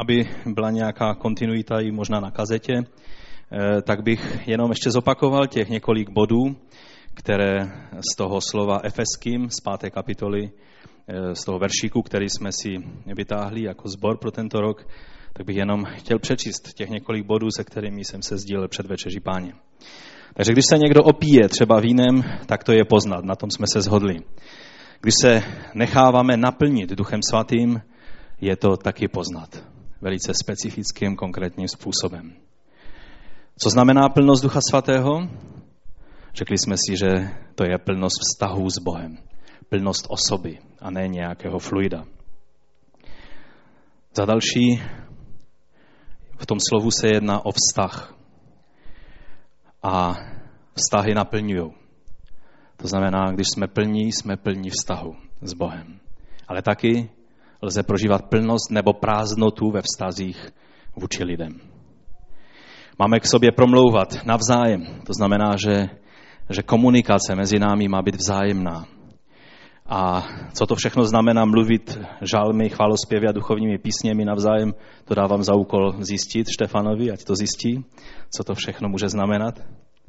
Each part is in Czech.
aby byla nějaká kontinuita i možná na kazetě, tak bych jenom ještě zopakoval těch několik bodů, které z toho slova Efeským z 5. kapitoly, z toho veršíku, který jsme si vytáhli jako sbor pro tento rok, tak bych jenom chtěl přečíst těch několik bodů, se kterými jsem se sdílel před Večeří Páně. Takže když se někdo opíje třeba vínem, tak to je poznat, na tom jsme se shodli. Když se necháváme naplnit Duchem Svatým, je to taky poznat. Velice specifickým, konkrétním způsobem. Co znamená plnost Ducha Svatého? Řekli jsme si, že to je plnost vztahů s Bohem. Plnost osoby a ne nějakého fluida. Za další, v tom slovu se jedná o vztah. A vztahy naplňují. To znamená, když jsme plní vztahu s Bohem. Ale taky lze prožívat plnost nebo prázdnotu ve vztazích vůči lidem. Máme k sobě promlouvat navzájem. To znamená, že komunikace mezi námi má být vzájemná. A co to všechno znamená mluvit žalmy, chválospěvy a duchovními písněmi navzájem, to dávám za úkol zjistit Štefanovi, ať to zjistí, co to všechno může znamenat.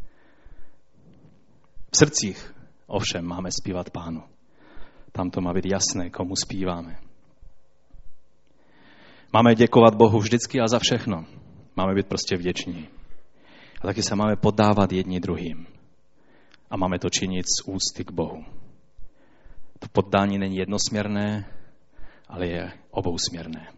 V srdcích ovšem máme zpívat Pánu. Tam to má být jasné, komu zpíváme. Máme děkovat Bohu vždycky a za všechno. Máme být prostě vděční. A taky se máme poddávat jedni druhým. A máme to činit z úcty k Bohu. To poddání není jednosměrné, ale je obousměrné.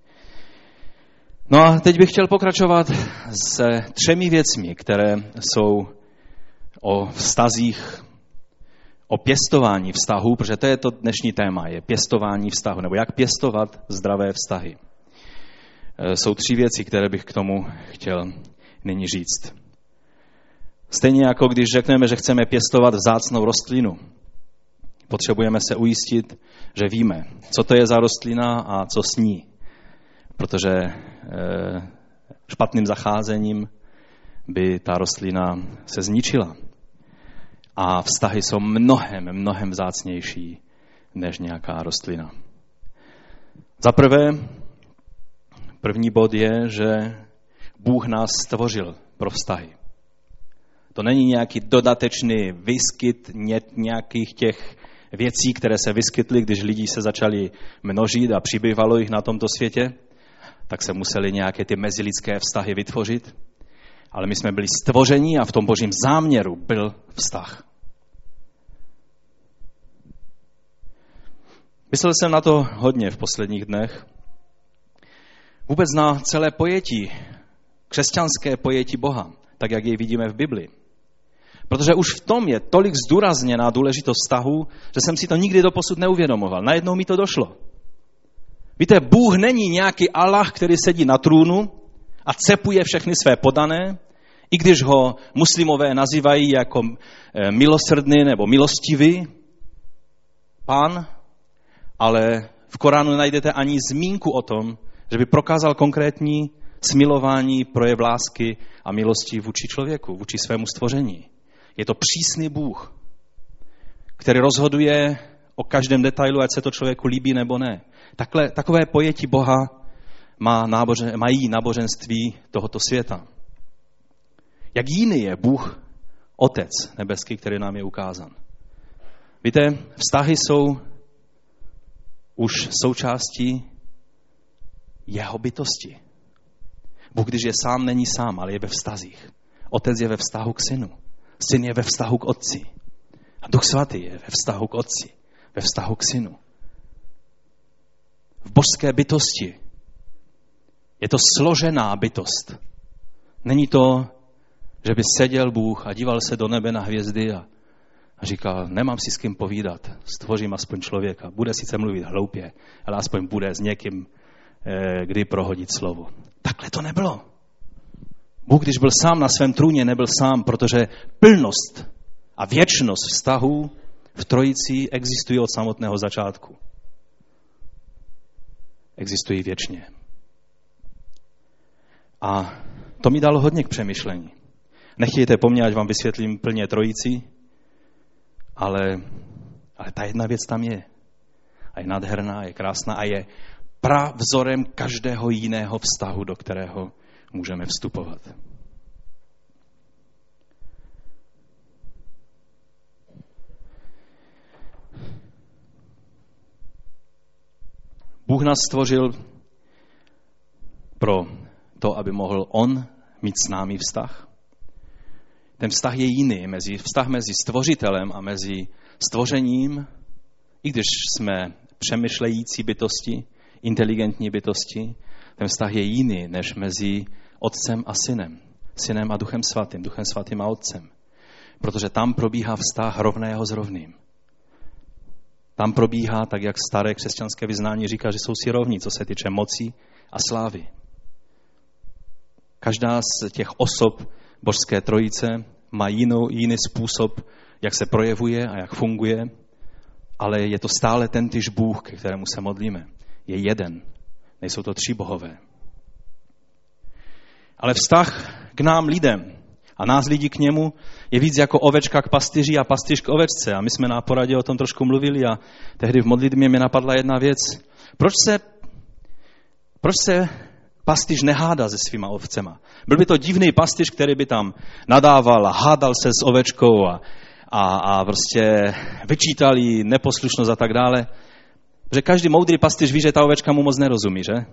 No a teď bych chtěl pokračovat se 3 věcmi, které jsou o vztazích, o pěstování vztahu, protože to je to dnešní téma, je pěstování vztahu, nebo jak pěstovat zdravé vztahy. Jsou 3 věci, které bych k tomu chtěl nyní říct. Stejně jako když řekneme, že chceme pěstovat vzácnou rostlinu, potřebujeme se ujistit, že víme, co to je za rostlina a co s ní. Protože špatným zacházením by ta rostlina se zničila. A vztahy jsou mnohem vzácnější než nějaká rostlina. Za prvé, první bod je, že Bůh nás stvořil pro vztahy. To není nějaký dodatečný výskyt nějakých těch věcí, které se vyskytly, když lidi se začali množit a přibývalo jich na tomto světě, tak se museli nějaké ty mezilidské vztahy vytvořit. Ale my jsme byli stvoření a v tom Božím záměru byl vztah. Myslel jsem na to hodně v posledních dnech. Vůbec na celé pojetí, křesťanské pojetí Boha, tak jak jej vidíme v Bibli. Protože už v tom je tolik zdůrazněná důležitost vztahu, že jsem si to nikdy doposud neuvědomoval. Najednou mi to došlo. Víte, Bůh není nějaký Allah, který sedí na trůnu a cepuje všechny své podané, i když ho muslimové nazývají jako milosrdný nebo milostivý Pán, ale v Koránu najdete ani zmínku o tom, že by prokázal konkrétní smilování, projev lásky a milosti vůči člověku, vůči svému stvoření. Je to přísný Bůh, který rozhoduje o každém detailu, ať se to člověku líbí nebo ne. Takové pojetí Boha mají náboženství tohoto světa. Jak jiný je Bůh, Otec nebeský, který nám je ukázán. Víte, vztahy jsou už součástí jeho bytosti. Bůh, když je sám, není sám, ale je ve vztazích. Otec je ve vztahu k synu. Syn je ve vztahu k otci. A Duch Svatý je ve vztahu k otci. Ve vztahu k synu. V božské bytosti je to složená bytost. Není to, že by seděl Bůh a díval se do nebe na hvězdy a říkal, nemám si s kým povídat, stvořím aspoň člověka. Bude sice mluvit hloupě, ale aspoň bude s někým, kdy prohodit slovo. Takhle to nebylo. Bůh, když byl sám na svém trůně, nebyl sám, protože plnost a věčnost vztahů v Trojici existují od samotného začátku. Existují věčně. A to mi dalo hodně k přemýšlení. Nechtějte po mně, ať vám vysvětlím plně Trojici, ale ta jedna věc tam je. A je nádherná, je krásná a je pravzorem každého jiného vztahu, do kterého můžeme vstupovat. Bůh nás stvořil pro to, aby mohl on mít s námi vztah. Ten vztah je jiný, vztah mezi stvořitelem a mezi stvořením, i když jsme přemýšlející bytosti, inteligentní bytosti, ten vztah je jiný než mezi otcem a synem. Synem a duchem svatým a otcem. Protože tam probíhá vztah rovného s rovným. Tam probíhá, tak jak staré křesťanské vyznání říká, že jsou si rovní, co se týče moci a slávy. Každá z těch osob božské trojice má jiný způsob, jak se projevuje a jak funguje, ale je to stále tentýž Bůh, ke kterému se modlíme. Je jeden, nejsou to tři bohové. Ale vztah k nám lidem a nás lidi k němu je víc jako ovečka k pastýři a pastýř k ovečce. A my jsme na poradě o tom trošku mluvili a tehdy v modlitbě mě napadla jedna věc. Proč se pastýř nehádá se svýma ovcema? Byl by to divný pastýř, který by tam nadával a hádal se s ovečkou a prostě vyčítal jí neposlušnost a tak dále. Že každý moudrý pastýř ví, že ta ovečka mu moc nerozumí, že?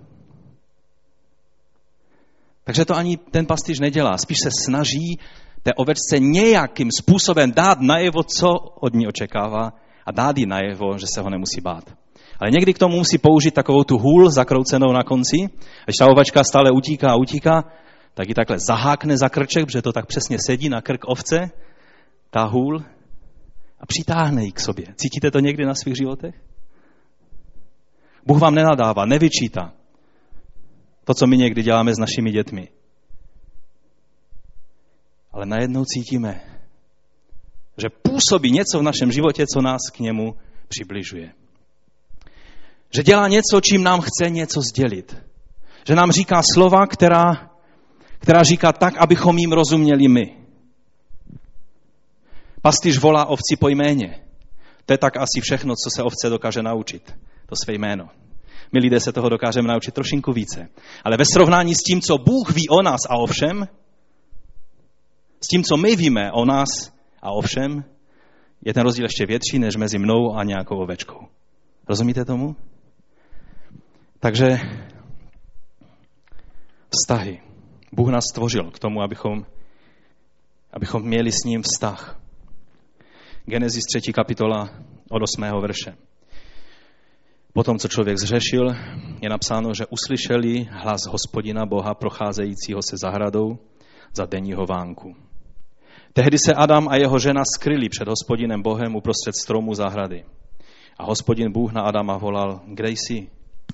Takže to ani ten pastýř nedělá. Spíš se snaží té ovečce nějakým způsobem dát najevo, co od ní očekává a dát jí najevo, že se ho nemusí bát. Ale někdy k tomu musí použít takovou tu hůl zakroucenou na konci. Když ta ovečka stále utíká, tak ji takhle zahákne za krček, protože to tak přesně sedí na krk ovce, ta hůl, a přitáhne ji k sobě. Cítíte to někdy na svých životech? Bůh vám nenadává, nevyčítá. To, co my někdy děláme s našimi dětmi. Ale najednou cítíme, že působí něco v našem životě, co nás k němu přibližuje. Že dělá něco, čím nám chce něco sdělit. Že nám říká slova, která říká tak, abychom jim rozuměli my. Pastýř volá ovci po jméně. To je tak asi všechno, co se ovce dokáže naučit. To své jméno. My lidé se toho dokážeme naučit trošinku více. Ale ve srovnání s tím, co Bůh ví o nás a o všem, s tím, co my víme o nás a o všem, je ten rozdíl ještě větší, než mezi mnou a nějakou ovečkou. Rozumíte tomu? Takže vztahy. Bůh nás stvořil k tomu, abychom měli s ním vztah. Genesis 3. kapitola od 8. verše. Potom, co člověk zřešil, je napsáno, že uslyšeli hlas Hospodina Boha procházejícího se zahradou za denního vánku. Tehdy se Adam a jeho žena skryli před Hospodinem Bohem uprostřed stromu zahrady. A Hospodin Bůh na Adama volal, kde jsi?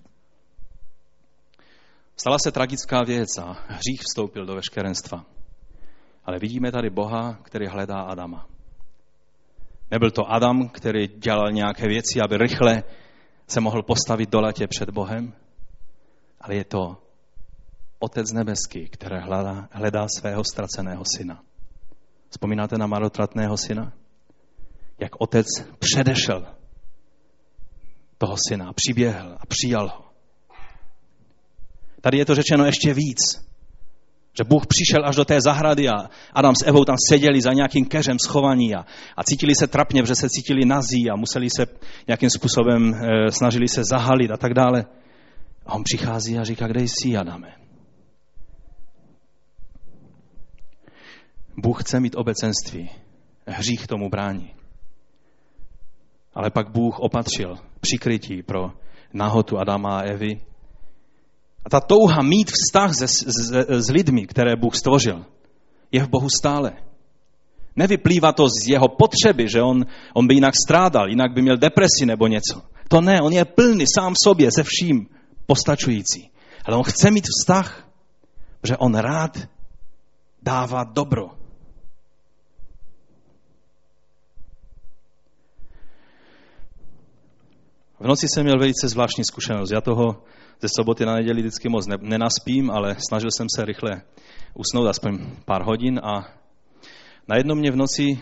Stala se tragická věc a hřích vstoupil do veškerenstva. Ale vidíme tady Boha, který hledá Adama. Nebyl to Adam, který dělal nějaké věci, aby rychle se mohl postavit do latě před Bohem, ale je to Otec nebeský, který hledá svého ztraceného syna. Vzpomínáte na marnotratného syna? Jak otec předešel toho syna, přiběhl a přijal ho. Tady je to řečeno ještě víc, že Bůh přišel až do té zahrady a Adam s Evou tam seděli za nějakým keřem schovaní a cítili se trapně, protože se cítili nazí a museli se nějakým způsobem, snažili se zahalit a tak dále. A on přichází a říká, kde jsi, Adame? Bůh chce mít obecenství, hřích tomu brání. Ale pak Bůh opatřil přikrytí pro nahotu Adama a Evy. A ta touha mít vztah s lidmi, které Bůh stvořil, je v Bohu stále. Nevyplývá to z jeho potřeby, že on by jinak strádal, jinak by měl depresi nebo něco. To ne, on je plný sám sobě, se vším postačující. Ale on chce mít vztah, protože on rád dává dobro. V noci jsem měl velice zvláštní zkušenost. Já toho ze soboty na neděli vždycky moc nenaspím, ale snažil jsem se rychle usnout aspoň pár hodin a najednou mě v noci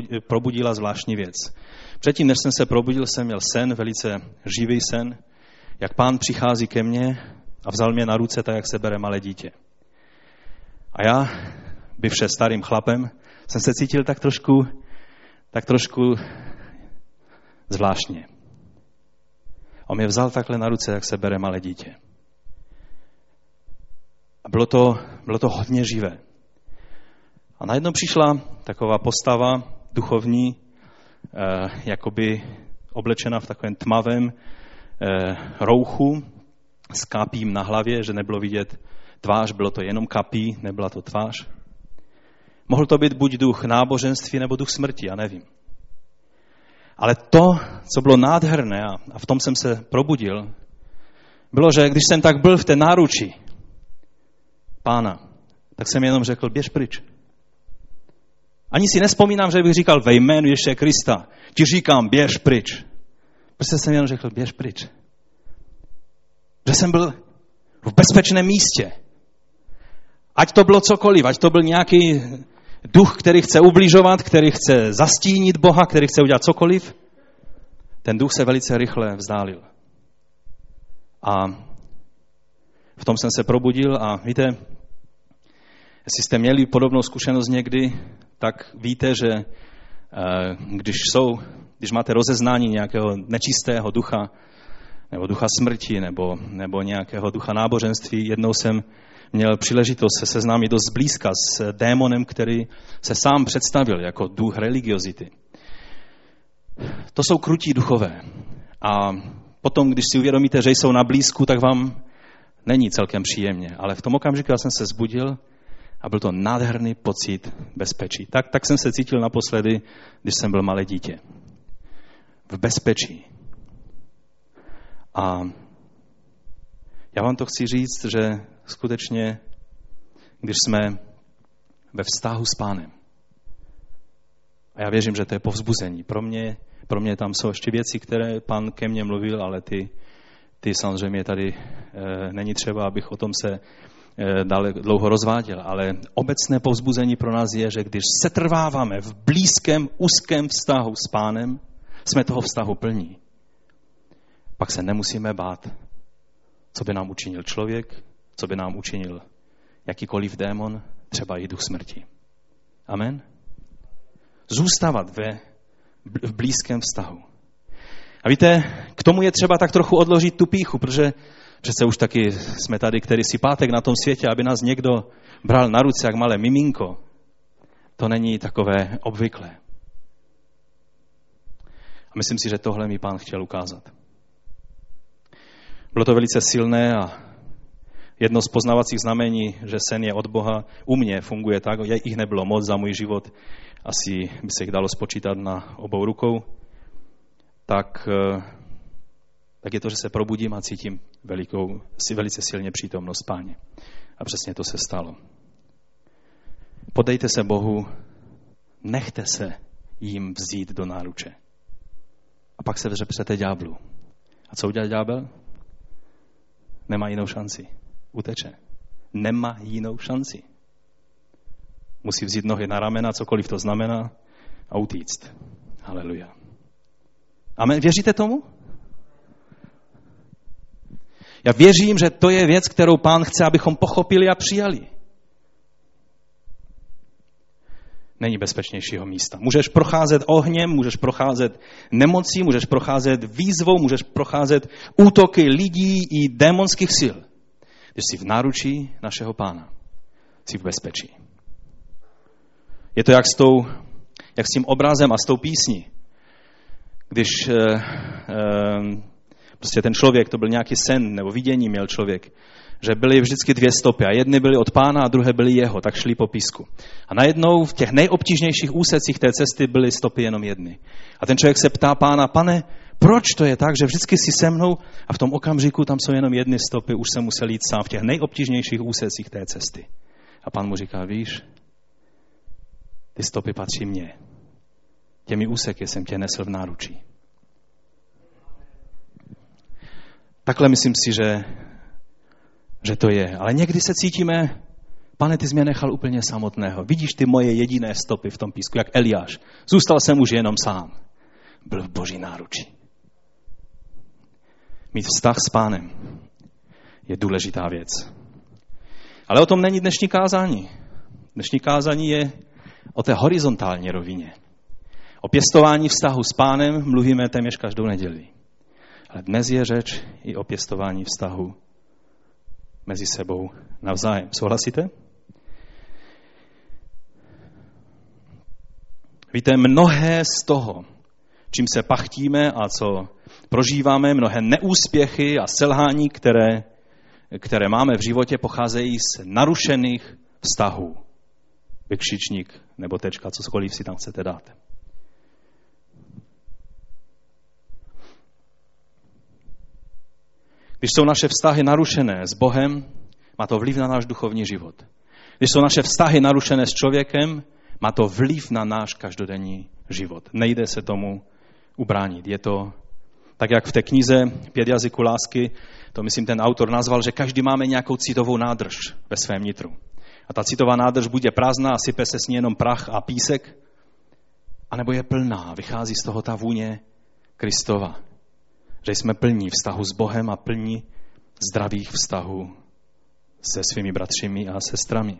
probudila zvláštní věc. Předtím, než jsem se probudil, jsem měl sen, velice živý sen, jak Pán přichází ke mně a vzal mě na ruce tak, jak se bere malé dítě. A já, bývše starým chlapem, jsem se cítil tak trošku zvláštně. On mě vzal takhle na ruce, jak se bere malé dítě. A bylo to hodně živé. A najednou přišla taková postava duchovní, jakoby oblečena v takovém tmavém rouchu s kapím na hlavě, že nebylo vidět tvář, bylo to jenom kapí, nebyla to tvář. Mohl to být buď duch náboženství, nebo duch smrti, já nevím. Ale to, co bylo nádherné, a v tom jsem se probudil, bylo, že když jsem tak byl v té náruči Pána, tak jsem jenom řekl, běž pryč. Ani si nespomínám, že bych říkal ve jménu Ježíše Krista, ti říkám, běž pryč. Prostě jsem jenom řekl, běž pryč. Že jsem byl v bezpečném místě. Ať to bylo cokoliv, ať to byl nějaký duch, který chce ubližovat, který chce zastínit Boha, který chce udělat cokoliv, ten duch se velice rychle vzdálil. A v tom jsem se probudil a víte, jestli jste měli podobnou zkušenost někdy, tak víte, že když máte rozeznání nějakého nečistého ducha, nebo ducha smrti, nebo nějakého ducha náboženství, jednou jsem měl příležitost se seznámit dost zblízka s démonem, který se sám představil jako duch religiozity. To jsou krutí duchové. A potom, když si uvědomíte, že jsou na blízku, tak vám není celkem příjemně. Ale v tom okamžiku já jsem se zbudil a byl to nádherný pocit bezpečí. Tak jsem se cítil naposledy, když jsem byl malé dítě. V bezpečí. A já vám to chci říct, že skutečně, když jsme ve vztahu s Pánem, a já věřím, že to je povzbuzení. Pro mě tam jsou ještě věci, které Pán ke mně mluvil, ale ty samozřejmě tady není třeba, abych o tom se dále dlouho rozváděl. Ale obecné povzbuzení pro nás je, že když setrváváme v blízkém, úzkém vztahu s Pánem, jsme toho vztahu plní. Pak se nemusíme bát, co by nám učinil člověk, co by nám učinil jakýkoliv démon, třeba i duch smrti. Amen? Zůstávat v blízkém vztahu. A víte, k tomu je třeba tak trochu odložit tu pýchu, protože přece už taky jsme tady kterýsi pátek na tom světě, aby nás někdo bral na ruce jak malé miminko. To není takové obvyklé. A myslím si, že tohle mi Pán chtěl ukázat. Bylo to velice silné a jedno z poznávacích znamení, že sen je od Boha, u mě funguje tak, jich nebylo moc za můj život, asi by se jich dalo spočítat na obou rukou, tak je to, že se probudím a cítím velice silně přítomnost Páně. A přesně to se stalo. Podejte se Bohu, nechte se jim vzít do náruče. A pak se vzepřete ďáblu. A co udělal ďábel? Nemá jinou šanci. Uteče. Nemá jinou šanci. Musí vzít nohy na ramena, cokoliv to znamená, a utíct. Haleluja. Amen. Věříte tomu? Já věřím, že to je věc, kterou Pán chce, abychom pochopili a přijali. Není bezpečnějšího místa. Můžeš procházet ohněm, můžeš procházet nemocí, můžeš procházet výzvou, můžeš procházet útoky lidí i démonských sil. Když jsi v náručí našeho Pána, jsi v bezpečí. Je to jak s tím obrazem a s tou písní. Když prostě ten člověk, to byl nějaký sen nebo vidění měl člověk, že byly vždycky dvě stopy a jedny byly od Pána a druhé byly jeho, tak šli po písku. A najednou v těch nejobtížnějších úsecích té cesty byly stopy jenom jedny. A ten člověk se ptá Pána, Pane, proč to je tak, že vždycky jsi se mnou a v tom okamžiku tam jsou jenom jedny stopy, už jsem musel jít sám v těch nejobtížnějších úsecích té cesty. A Pán mu říká, víš, ty stopy patří mně. Těmi úseky jsem tě nesl v náručí. Takhle myslím si, že to je. Ale někdy se cítíme, Pane, ty jsi mě nechal úplně samotného. Vidíš ty moje jediné stopy v tom písku, jak Eliáš. Zůstal jsem už jenom sám. Byl v Boží náručí. Mít vztah s Pánem je důležitá věc. Ale o tom není dnešní kázání. Dnešní kázání je o té horizontální rovině. O pěstování vztahu s Pánem mluvíme téměř každou neděli. Ale dnes je řeč i o pěstování vztahu mezi sebou navzájem. Souhlasíte? Víte, mnohé z toho, čím se pachtíme a co prožíváme, mnohé neúspěchy a selhání, které máme v životě, pocházejí z narušených vztahů. Vykřičník nebo tečka, cokoliv si tam chcete dát. Když jsou naše vztahy narušené s Bohem, má to vliv na náš duchovní život. Když jsou naše vztahy narušené s člověkem, má to vliv na náš každodenní život. Nejde se tomu ubránit. Je to tak, jak v té knize 5 jazyků lásky, to myslím ten autor nazval, že každý máme nějakou citovou nádrž ve svém nitru. A ta citová nádrž buď je prázdná a sype se s ní jenom prach a písek, anebo je plná, vychází z toho ta vůně Kristova. Že jsme plní vztahu s Bohem a plní zdravých vztahů se svými bratřími a sestrami.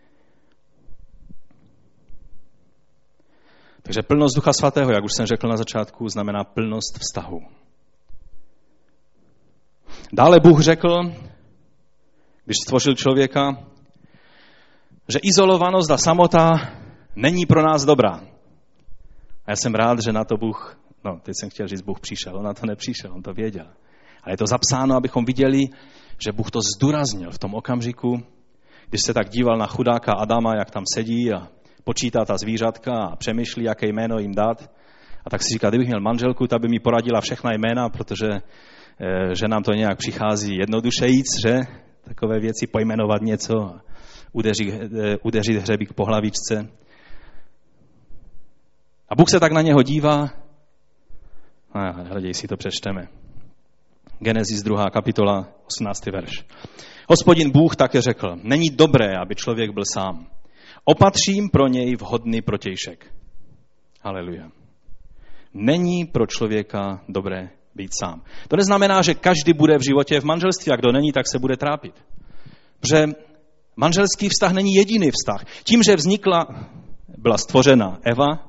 Takže plnost Ducha Svatého, jak už jsem řekl na začátku, znamená plnost vztahu. Dále Bůh řekl, když stvořil člověka, že izolovanost a samota není pro nás dobrá. A já jsem rád, že na to Bůh, teď jsem chtěl říct, Bůh přišel, on na to nepřišel, on to věděl. Ale je to zapsáno, abychom viděli, že Bůh to zdůraznil v tom okamžiku, když se tak díval na chudáka Adama, jak tam sedí a počítá ta zvířatka a přemýšlí, jaké jméno jim dát. A tak si říká, kdybych měl manželku, ta by mi poradila všechna jména, protože že nám to nějak přichází jednodušejíc, že? Takové věci, pojmenovat něco, udeřit hřebík po hlavičce. A Bůh se tak na něho dívá, raději si to přečteme. Genesis 2. kapitola, 18. verš. Hospodin Bůh také řekl, není dobré, aby člověk byl sám. Opatřím pro něj vhodný protějšek. Haleluja. Není pro člověka dobré být sám. To neznamená, že každý bude v životě v manželství a kdo není, tak se bude trápit. Protože manželský vztah není jediný vztah. Tím, že byla stvořena Eva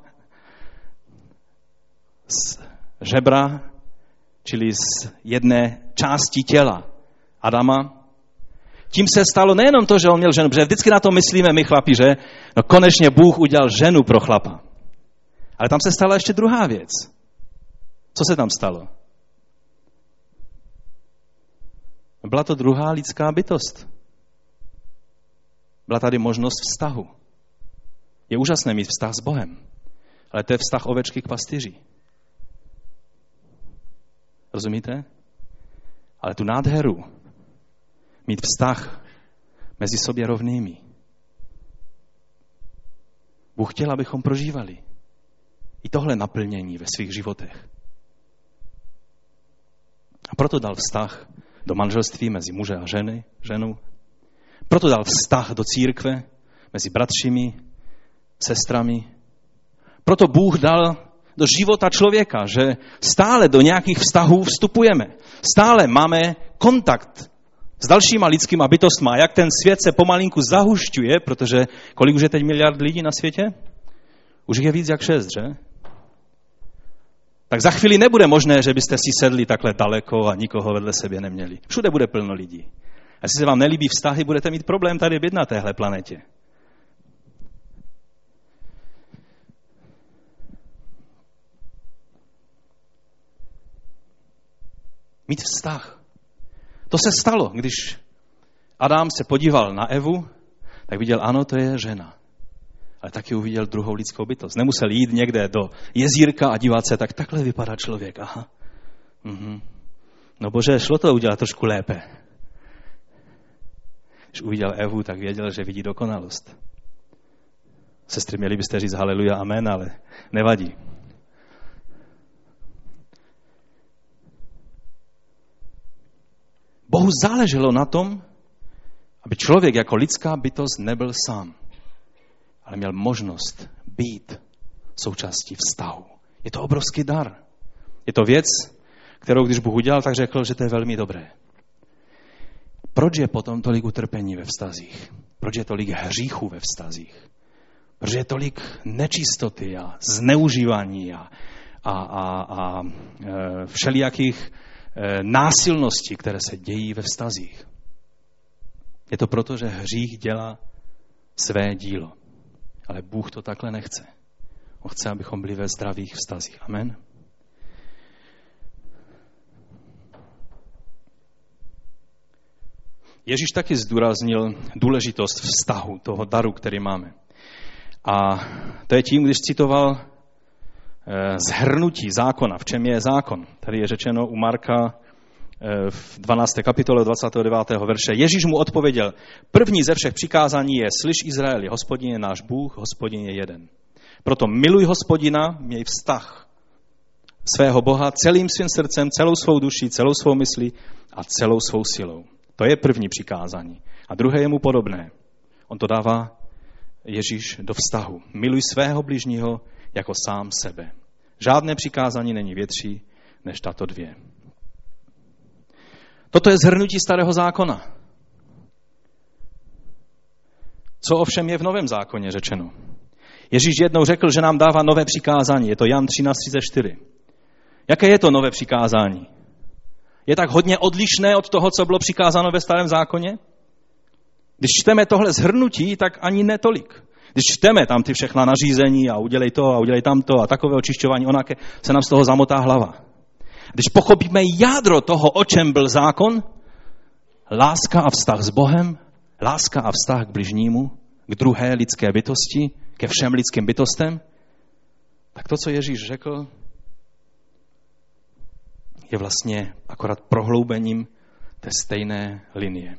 z žebra, čili z jedné části těla Adama, tím se stalo nejenom to, že on měl ženu, protože vždycky na to myslíme my chlapi, že konečně Bůh udělal ženu pro chlapa. Ale tam se stala ještě druhá věc. Co se tam stalo? Byla to druhá lidská bytost. Byla tady možnost vztahu. Je úžasné mít vztah s Bohem, ale to je vztah ovečky k pastýři. Rozumíte? Ale tu nádheru mít vztah mezi sobě rovnými. Bůh chtěl, abychom prožívali i tohle naplnění ve svých životech. A proto dal vztah do manželství mezi muže a ženou. Proto dal vztah do církve mezi bratřími, sestrami. Proto Bůh dal do života člověka, že stále do nějakých vztahů vstupujeme. Stále máme kontakt s dalšíma lidskýma bytostma. Jak ten svět se pomalinku zahušťuje, protože kolik už je teď miliard lidí na světě? Už je víc jak 6, že? Tak za chvíli nebude možné, že byste si sedli takhle daleko a nikoho vedle sebe neměli. Všude bude plno lidí. A jestli se vám nelíbí vztahy, budete mít problém tady být na téhle planetě. Mít vztah. To se stalo, když Adam se podíval na Evu, tak viděl, ano, to je žena. Ale taky uviděl druhou lidskou bytost. Nemusel jít někde do jezírka a dívat se, tak takhle vypadá člověk. Aha. No bože, šlo to udělat trošku lépe. Když uviděl Evu, tak věděl, že vidí dokonalost. Sestry, měli byste říct haleluja, amen, ale nevadí. Bohu záleželo na tom, aby člověk jako lidská bytost nebyl sám, ale měl možnost být součástí vztahu. Je to obrovský dar. Je to věc, kterou když Bůh udělal, tak řekl, že to je velmi dobré. Proč je potom tolik utrpení ve vztazích? Proč je tolik hříchů ve vztazích? Proč je tolik nečistoty a zneužívání a všelijakých násilností, které se dějí ve vztazích? Je to proto, že hřích dělá své dílo. Ale Bůh to takhle nechce. On chce, abychom byli ve zdravých vztazích. Amen. Ježíš taky zdůraznil důležitost vztahu, toho daru, který máme. A to je tím, když citoval shrnutí zákona. V čem je zákon? Tady je řečeno u Marka v 12. kapitole 29. verše. Ježíš mu odpověděl, první ze všech přikázání je, slyš Izraeli, Hospodin je náš Bůh, Hospodin je jeden. Proto miluj Hospodina, měj vztah svého Boha celým svým srdcem, celou svou duší, celou svou myslí a celou svou silou. To je první přikázání. A druhé je mu podobné. On to dává Ježíš do vztahu. Miluj svého bližního jako sám sebe. Žádné přikázání není větší než tato dvě. Toto je shrnutí Starého zákona. Co ovšem je v Novém zákoně řečeno? Ježíš jednou řekl, že nám dává nové přikázání. Je to Jan 13:34. Jaké je to nové přikázání? Je tak hodně odlišné od toho, co bylo přikázáno ve Starém zákoně? Když čteme tohle shrnutí, tak ani netolik. Když čteme tam ty všechna nařízení a udělej to a udělej tamto a takové očišťování, onaké, se nám z toho zamotá hlava. Když pochopíme jádro toho, o čem byl zákon, láska a vztah s Bohem, láska a vztah k bližnímu, k druhé lidské bytosti, ke všem lidským bytostem, tak to, co Ježíš řekl, je vlastně akorát prohloubením té stejné linie.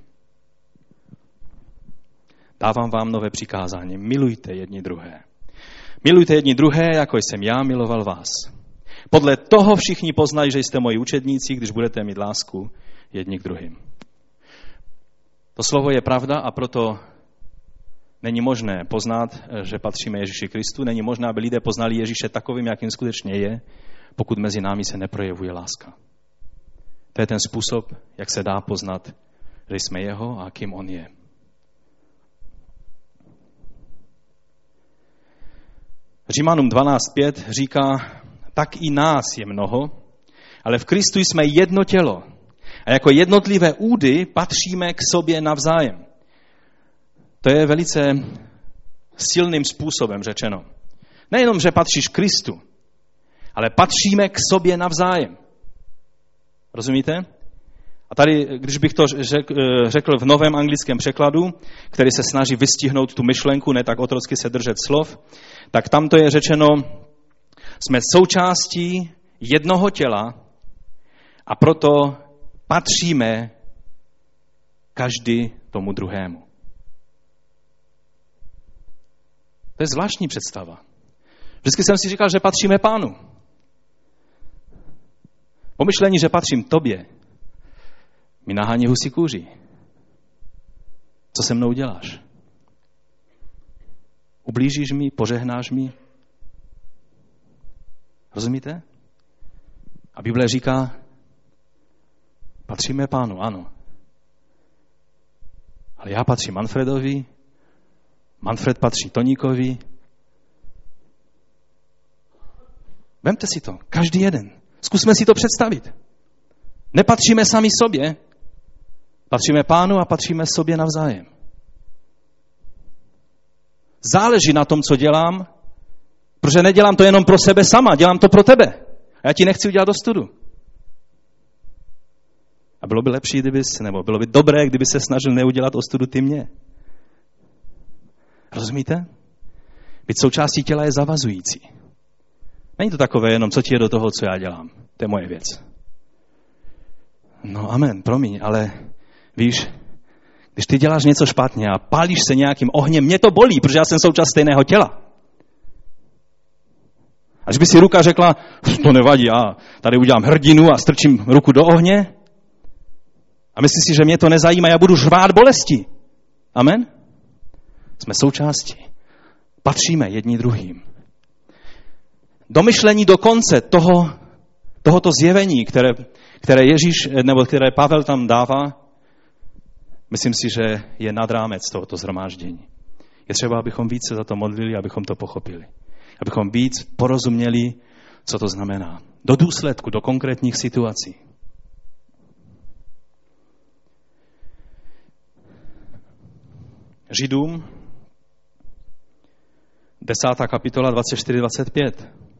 Dávám vám nové přikázání. Milujte jedni druhé. Milujte jedni druhé, jako jsem já miloval vás. Podle toho všichni poznají, že jste moji učedníci, když budete mít lásku jedni k druhým. To slovo je pravda a proto není možné poznat, že patříme Ježíši Kristu. Není možné, aby lidé poznali Ježíše takovým, jakým skutečně je, pokud mezi námi se neprojevuje láska. To je ten způsob, jak se dá poznat, že jsme jeho a kým on je. Římanům 12:5 říká, tak i nás je mnoho, ale v Kristu jsme jedno tělo. A jako jednotlivé údy patříme k sobě navzájem. To je velice silným způsobem řečeno. Nejenom, že patříš Kristu, ale patříme k sobě navzájem. Rozumíte? A tady, když bych to řekl v novém anglickém překladu, který se snaží vystihnout tu myšlenku, ne tak otrocky se držet slov, tak tam to je řečeno, jsme součástí jednoho těla a proto patříme každý tomu druhému. To je zvláštní představa. Vždycky jsem si říkal, že patříme Pánu. Pomyšlení, že patřím tobě, mi nahání husí kůži. Co se mnou děláš? Ublížíš mi, požehnáš mi? Rozumíte? A Bible říká, patříme Pánu, ano. Ale já patřím Manfredovi, Manfred patří Toníkovi. Vemte si to, každý jeden. Zkusme si to představit. Nepatříme sami sobě, patříme Pánu a patříme sobě navzájem. Záleží na tom, co dělám, protože nedělám to jenom pro sebe sama, dělám to pro tebe. A já ti nechci udělat ostudu. A bylo by lepší, nebo bylo by dobré, kdyby se snažil neudělat ostudu ty mě. Rozumíte? Být součástí těla je zavazující. Není to takové jenom, co ti je do toho, co já dělám. To je moje věc. No amen, promiň, ale víš, když ty děláš něco špatně a pálíš se nějakým ohněm, mě to bolí, protože já jsem součást stejného těla. A když by si ruka řekla, to nevadí, já tady udělám hrdinu a strčím ruku do ohně a myslíš si, že mě to nezajímá, já budu řvát bolesti. Amen? Jsme součástí. Patříme jedni druhým. Domyšlení do konce tohoto zjevení, které Ježíš, nebo které Pavel tam dává, myslím si, že je nad rámec tohoto shromáždění. Je třeba, abychom více za to modlili, abychom to pochopili. Abychom víc porozuměli, co to znamená. Do důsledku, do konkrétních situací. Židům, 10. kapitola 24-25.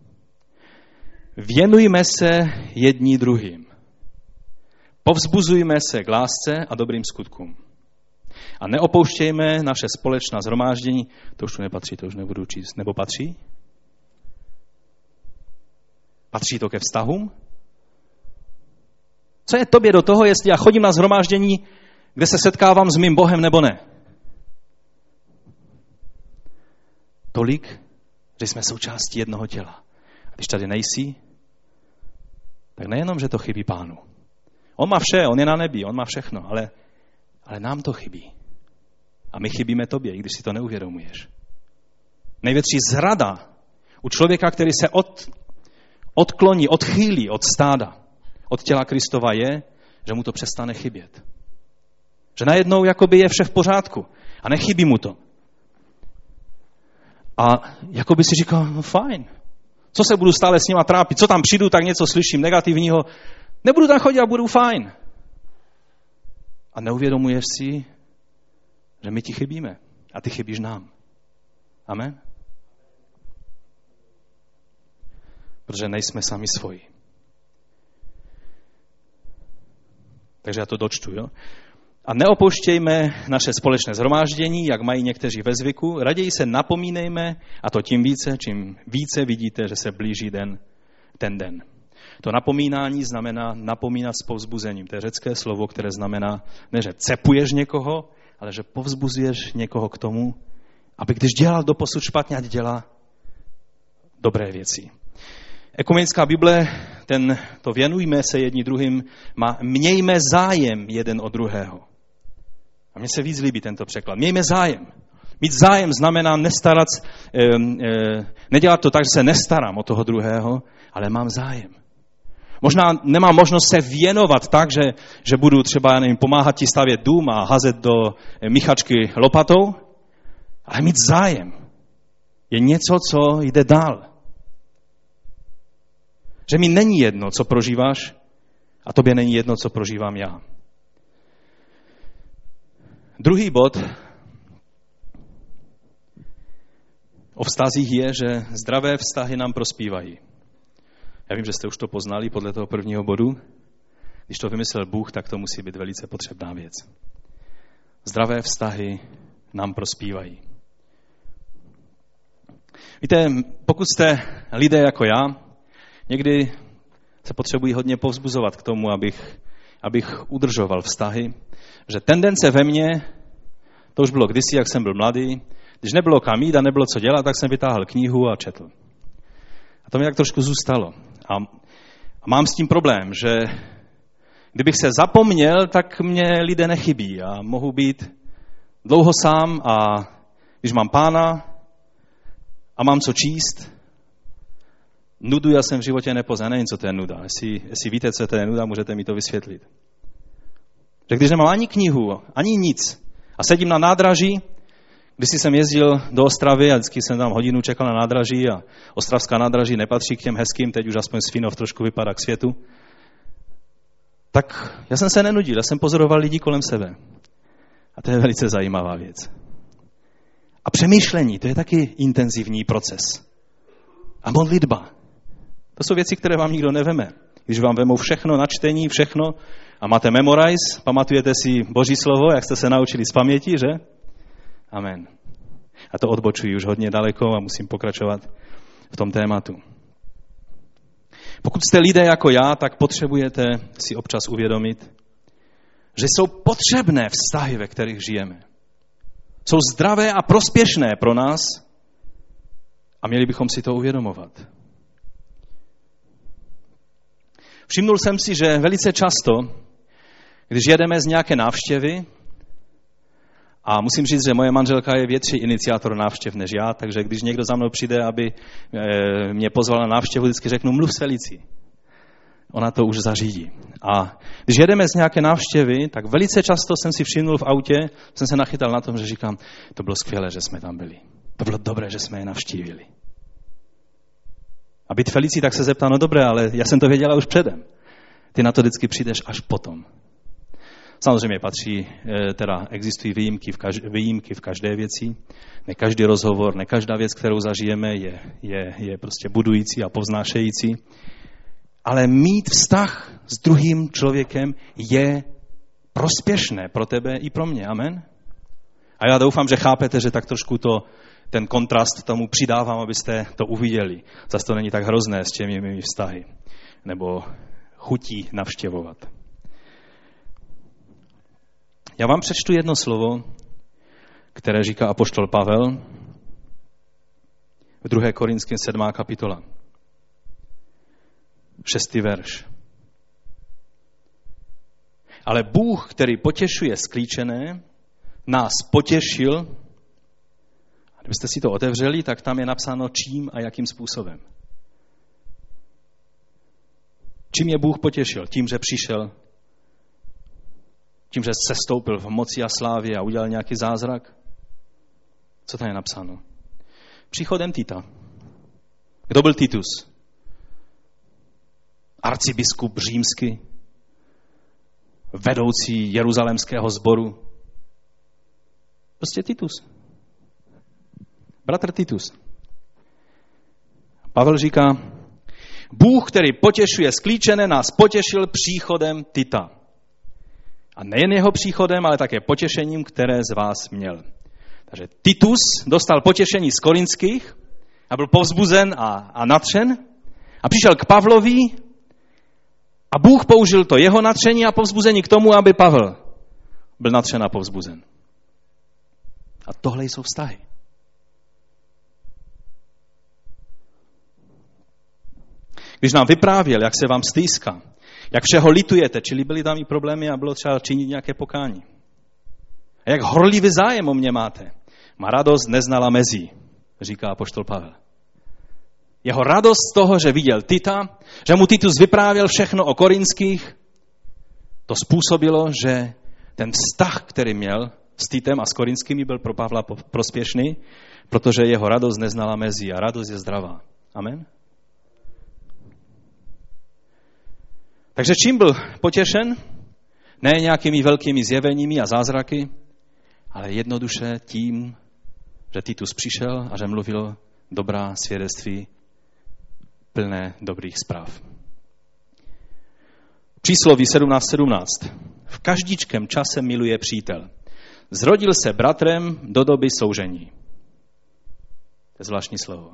Věnujme se jedni druhým. Povzbuzujme se k lásce a dobrým skutkům. A neopouštějme naše společná shromáždění. To už tu nepatří, to už nebudu číst. Nebo patří? Patří to ke vztahům? Co je tobě do toho, jestli já chodím na shromáždění, kde se setkávám s mým Bohem, nebo ne? Tolik, že jsme součástí jednoho těla. A když tady nejsi, tak nejenom, že to chybí Pánu. On má vše, on je na nebi, on má všechno, ale nám to chybí. A my chybíme tobě, i když si to neuvědomuješ. Největší zrada u člověka, který se odkloní, odchýlí od stáda, od těla Kristova je, že mu to přestane chybět. Že najednou jakoby je vše v pořádku a nechybí mu to. A jakoby si říkal, no fajn, co se budu stále s nima trápit, co tam přijdu, tak něco slyším negativního, nebudu tam chodit a budu fajn. A neuvědomuješ si, že my ti chybíme a ty chybíš nám. Amen? Protože nejsme sami svoji. Takže já to dočtu, jo? A neopouštějme naše společné shromáždění, jak mají někteří ve zvyku. Raději se napomínejme, a to tím více, čím více vidíte, že se blíží ten den. To napomínání znamená napomínat s povzbuzením. To je řecké slovo, které znamená, ne že cepuješ někoho, ale že povzbuzuješ někoho k tomu, aby když dělal doposud špatně, ať dělá dobré věci. Ekumenická Bible, to věnujme se jedni druhým, mějme zájem jeden od druhého. A mně se víc líbí tento překlad. Mějme zájem. Mít zájem znamená nedělat to tak, že se nestarám o toho druhého, ale mám zájem. Možná nemám možnost se věnovat tak, že budu třeba pomáhat ti stavět dům a házet do míchačky lopatou, ale mít zájem je něco, co jde dál. Že mi není jedno, co prožíváš, a tobě není jedno, co prožívám já. Druhý bod o vztazích je, že zdravé vztahy nám prospívají. Já vím, že jste už to poznali podle toho prvního bodu. Když to vymyslel Bůh, tak to musí být velice potřebná věc. Zdravé vztahy nám prospívají. Víte, pokud jste lidé jako já, někdy se potřebují hodně povzbuzovat k tomu, abych udržoval vztahy, že tendence ve mně, to už bylo kdysi, jak jsem byl mladý, když nebylo kam jít a nebylo co dělat, tak jsem vytáhl knihu a četl. A to mi tak trošku zůstalo. A mám s tím problém, že kdybych se zapomněl, tak mě lidé nechybí a mohu být dlouho sám a když mám Pána a mám co číst, nudu já jsem v životě nepoznal. Nevím, co to je nuda. Jestli víte, co to je nuda, můžete mi to vysvětlit. Že když nemám ani knihu, ani nic a sedím na nádraží, když jsem jezdil do Ostravy a vždycky jsem tam hodinu čekal na nádraží a ostravská nádraží nepatří k těm hezkým, teď už aspoň Svinov trošku vypadá k světu, tak já jsem se nenudil, já jsem pozoroval lidi kolem sebe. A to je velice zajímavá věc. A přemýšlení, to je taky intenzivní proces. A modlitba. To jsou věci, které vám nikdo neveme. Když vám vemou všechno na čtení, všechno a máte memorize, pamatujete si Boží slovo, jak jste se naučili z paměti, že? Amen. A to odbočuji už hodně daleko a musím pokračovat v tom tématu. Pokud jste lidé jako já, tak potřebujete si občas uvědomit, že jsou potřebné vztahy, ve kterých žijeme. Jsou zdravé a prospěšné pro nás a měli bychom si to uvědomovat. Všimnul jsem si, že velice často, když jedeme z nějaké návštěvy, a musím říct, že moje manželka je větší iniciátor návštěv než já, takže když někdo za mnou přijde, aby mě pozval na návštěvu, vždycky řeknu, mluv s Felicí. Ona to už zařídí. A když jedeme z nějaké návštěvy, tak velice často jsem si všimnul v autě, jsem se nachytal na tom, že říkám, to bylo skvělé, že jsme tam byli. To bylo dobré, že jsme je navštívili. A být Felicí, tak se zeptá, no dobré, ale já jsem to věděla už předem. Ty na to vždycky přijdeš až potom. Samozřejmě existují výjimky v každé věci. Ne každý rozhovor, ne každá věc, kterou zažijeme, je prostě budující a povznášející. Ale mít vztah s druhým člověkem je prospěšné pro tebe i pro mě. Amen? A já doufám, že chápete, že tak trošku ten kontrast tomu přidávám, abyste to uviděli. Zase to není tak hrozné s těmi mými vztahy. Nebo chutí navštěvovat. Já vám přečtu jedno slovo, které říká apoštol Pavel v 2. Korinským 7. kapitola. 6. verš. Ale Bůh, který potěšuje sklíčené, nás potěšil. A kdybyste si to otevřeli, tak tam je napsáno čím a jakým způsobem. Čím je Bůh potěšil? Tím, že přišel, tím, že sestoupil v moci a slávě a udělal nějaký zázrak? Co tam je napsáno? Příchodem Tita. Kdo byl Titus? Arcibiskup římský, vedoucí jeruzalémského sboru. Prostě Titus. Bratr Titus. Pavel říká, Bůh, který potěšuje sklíčené, nás potěšil příchodem Tita. A nejen jeho příchodem, ale také potěšením, které z vás měl. Takže Titus dostal potěšení z korinských a byl povzbuzen a nadšen a přišel k Pavlovi a Bůh použil to jeho nadšení a povzbuzení k tomu, aby Pavel byl nadšen a povzbuzen. A tohle jsou vztahy. Když nám vyprávěl, jak se vám stýská, jak všeho litujete, čili byly tam i problémy a bylo třeba činit nějaké pokání. A jak horlivý zájem o mě máte. Má radost neznala mezí, říká apoštol Pavel. Jeho radost z toho, že viděl Tita, že mu Titus vyprávěl všechno o korinských, to způsobilo, že ten vztah, který měl s Titem a s korinskými, byl pro Pavla prospěšný, protože jeho radost neznala mezí a radost je zdravá. Amen? Takže čím byl potěšen? Ne nějakými velkými zjeveními a zázraky, ale jednoduše tím, že Titus přišel a že mluvil dobrá svědectví plné dobrých zpráv. Přísloví 17:17. V každičkém čase miluje přítel. Zrodil se bratrem do doby soužení. To je zvláštní slovo.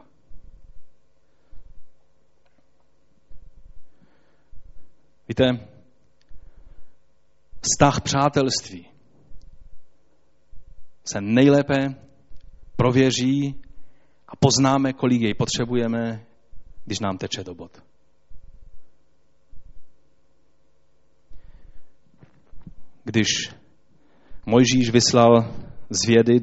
Víte, vztah přátelství se nejlépe prověří a poznáme, kolik jej potřebujeme, když nám teče do bod. Když Mojžíš vyslal zvědy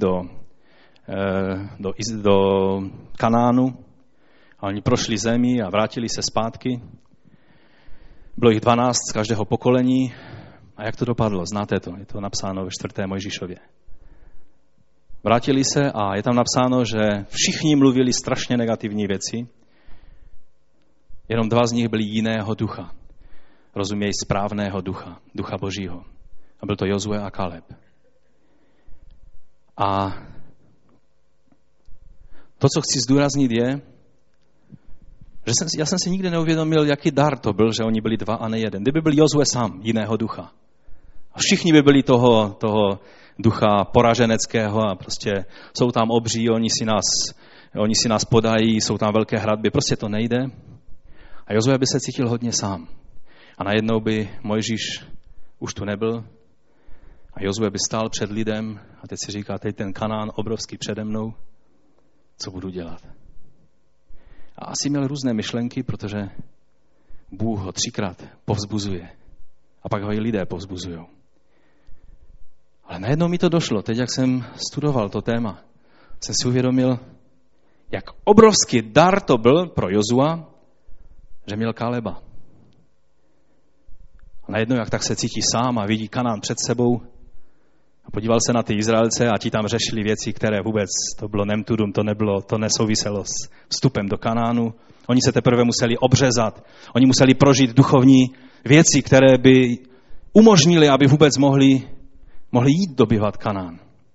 do Kanánu a oni prošli zemi a vrátili se zpátky, bylo jich 12 z každého pokolení. A jak to dopadlo? Znáte to? Je to napsáno ve 4. Mojžíšově. Vrátili se a je tam napsáno, že všichni mluvili strašně negativní věci. Jenom 2 z nich byli jiného ducha. Rozumějí správného ducha. Ducha Božího. A byl to Jozue a Kaleb. A to, co chci zdůraznit, je, že já jsem si nikdy neuvědomil, jaký dar to byl, že oni byli 2 a ne 1. Kdyby byl Jozue sám, jiného ducha. A všichni by byli toho ducha poraženeckého a prostě jsou tam obří, oni si nás podají, jsou tam velké hradby, prostě to nejde. A Jozue by se cítil hodně sám. A najednou by Mojžíš už tu nebyl a Jozue by stál před lidem a teď si říká, teď ten Kanán obrovský přede mnou, co budu dělat? A asi měl různé myšlenky, protože Bůh ho 3krát povzbuzuje. A pak ho i lidé povzbuzují. Ale najednou mi to došlo, teď jak jsem studoval to téma, jsem si uvědomil, jak obrovský dar to byl pro Jozua, že měl Kaleba. A najednou, jak tak se cítí sám a vidí Kanán před sebou, a podíval se na ty Izraelce a ti tam řešili věci, které vůbec, to bylo nemtudum, to nesouviselo s vstupem do Kanánu. Oni se teprve museli obřezat, oni museli prožít duchovní věci, které by umožnili, aby vůbec mohli jít dobyvat Kanán.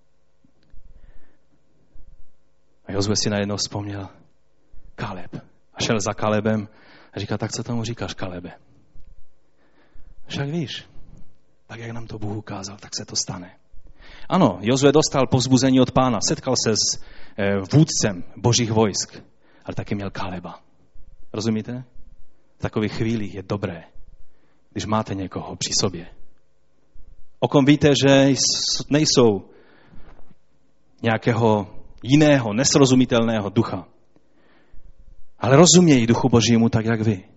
A Jozue si najednou vzpomněl Kaleb. A šel za Kalebem a říká, tak co tomu říkáš, Kalebe? Však víš, tak jak nám to Bůh ukázal, tak se to stane. Ano, Jozue dostal povzbuzení od Pána, setkal se s vůdcem božích vojsk, ale taky měl Kaleba. Rozumíte? V takových chvílích je dobré, když máte někoho při sobě. O kom víte, že nejsou nějakého jiného, nesrozumitelného ducha, ale rozumějí duchu Božímu tak, jak vy.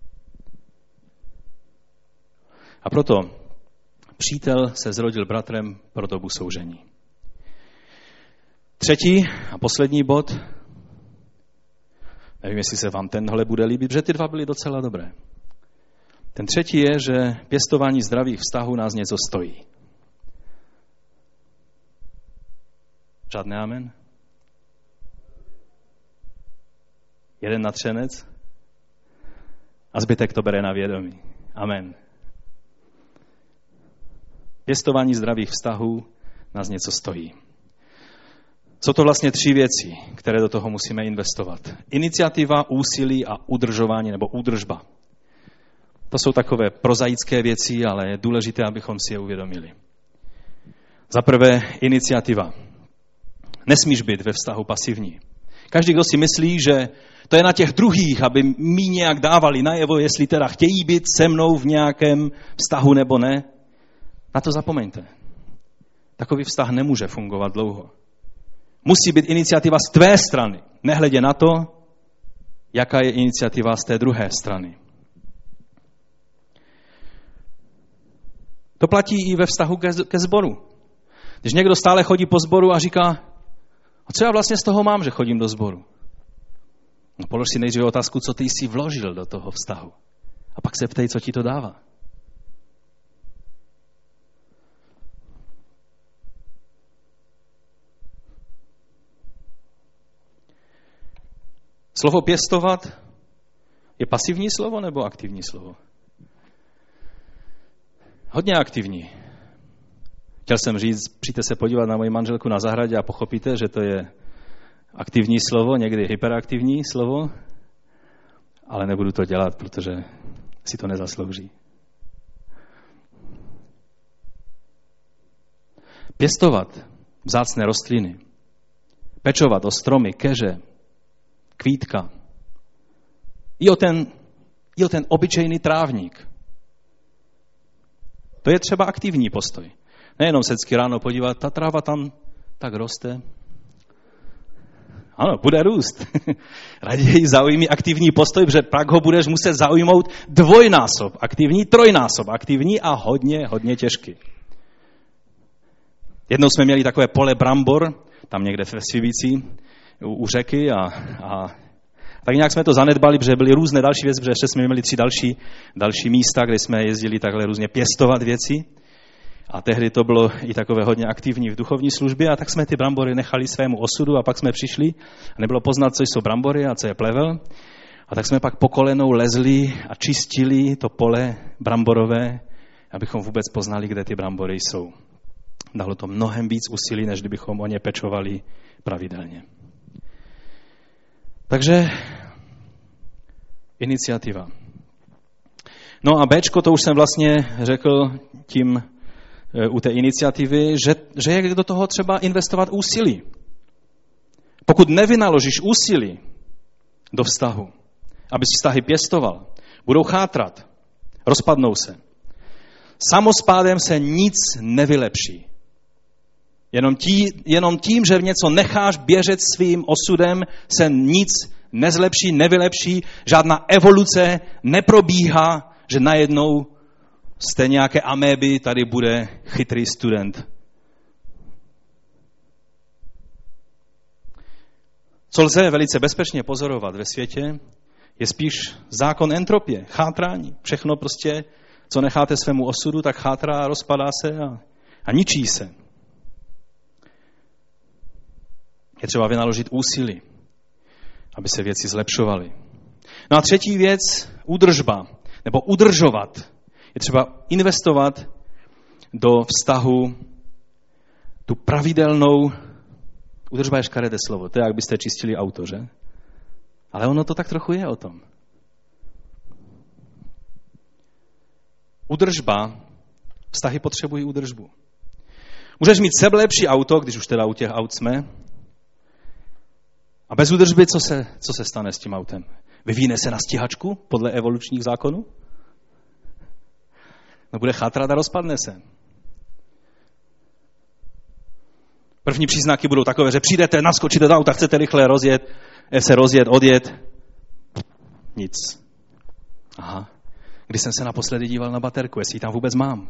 A proto přítel se zrodil bratrem pro dobu soužení. Třetí a poslední bod. Nevím, jestli se vám tenhle bude líbit, protože ty dva byly docela dobré. Ten třetí je, že pěstování zdravých vztahů nás něco stojí. Žádný amen? Jeden natřenec a zbytek to bere na vědomí. Amen. Pěstování zdravých vztahů nás něco stojí. Jsou to vlastně 3 věci, které do toho musíme investovat. Iniciativa, úsilí a udržování nebo údržba. To jsou takové prozaické věci, ale je důležité, abychom si je uvědomili. Za prvé, iniciativa. Nesmíš být ve vztahu pasivní. Každý, kdo si myslí, že to je na těch druhých, aby mi nějak dávali najevo, jestli teda chtějí být se mnou v nějakém vztahu nebo ne, na to zapomeňte. Takový vztah nemůže fungovat dlouho. Musí být iniciativa z tvé strany, nehledě na to, jaká je iniciativa z té druhé strany. To platí i ve vztahu ke sboru. Když někdo stále chodí po sboru a říká, a co já vlastně z toho mám, že chodím do sboru? No, polož si nejdříve otázku, co ty jsi vložil do toho vztahu. A pak se ptej, co ti to dává. Slovo pěstovat je pasivní slovo nebo aktivní slovo? Hodně aktivní. Chtěl jsem říct, přijďte se podívat na moji manželku na zahradě a pochopíte, že to je aktivní slovo, někdy hyperaktivní slovo, ale nebudu to dělat, protože si to nezaslouží. Pěstovat vzácné rostliny, pečovat o stromy, keře, kvítka, i o ten obyčejný trávník. To je třeba aktivní postoj. Nejenom se vždycky ráno podívat, ta tráva tam tak roste. Ano, bude růst. Raději zaujmi aktivní postoj, protože pak ho budeš muset zaujmout dvojnásob aktivní, trojnásob aktivní a hodně těžký. Jednou jsme měli takové pole brambor, tam někde ve Svibici, u řeky a tak nějak jsme to zanedbali, protože byly různé další věci, protože ještě jsme měli 3 další místa, kde jsme jezdili takhle různě pěstovat věci. A tehdy to bylo i takové hodně aktivní v duchovní službě a tak jsme ty brambory nechali svému osudu a pak jsme přišli a nebylo poznat, co jsou brambory a co je plevel. A tak jsme pak po kolenou lezli a čistili to pole bramborové, abychom vůbec poznali, kde ty brambory jsou. Dalo to mnohem víc úsilí, než kdybychom o ně pečovali pravidelně. Takže iniciativa. No a Bčko, to už jsem vlastně řekl tím u té iniciativy, že je do toho třeba investovat úsilí. Pokud nevynaložíš úsilí do vztahu, abys vztahy pěstoval, budou chátrat, rozpadnou se. Samospádem se nic nevylepší. Jenom tím, že něco necháš běžet svým osudem, se nic nezlepší, nevylepší, žádná evoluce neprobíhá, že najednou z té nějaké améby tady bude chytrý student. Co lze velice bezpečně pozorovat ve světě, je spíš zákon entropie, chátrání. Všechno prostě, co necháte svému osudu, tak chátrá, rozpadá se a ničí se. Je třeba vynaložit úsilí, aby se věci zlepšovaly. No a třetí věc, údržba, nebo udržovat. Je třeba investovat do vztahu tu pravidelnou, údržba je škaredé slovo, to je, jak byste čistili auto, že? Ale ono to tak trochu je o tom. Údržba, vztahy potřebují údržbu. Můžeš mít sebelepší auto, když už teda u těch aut jsme, a bez údržby co se stane s tím autem? Vyvíne se na stíhačku podle evolučních zákonů? No bude chátrat a rozpadne se. První příznaky budou takové, že přijdete, naskočíte do auta, chcete rychle odjet. Nic. Aha. Když jsem se naposledy díval na baterku, jestli ji tam vůbec mám.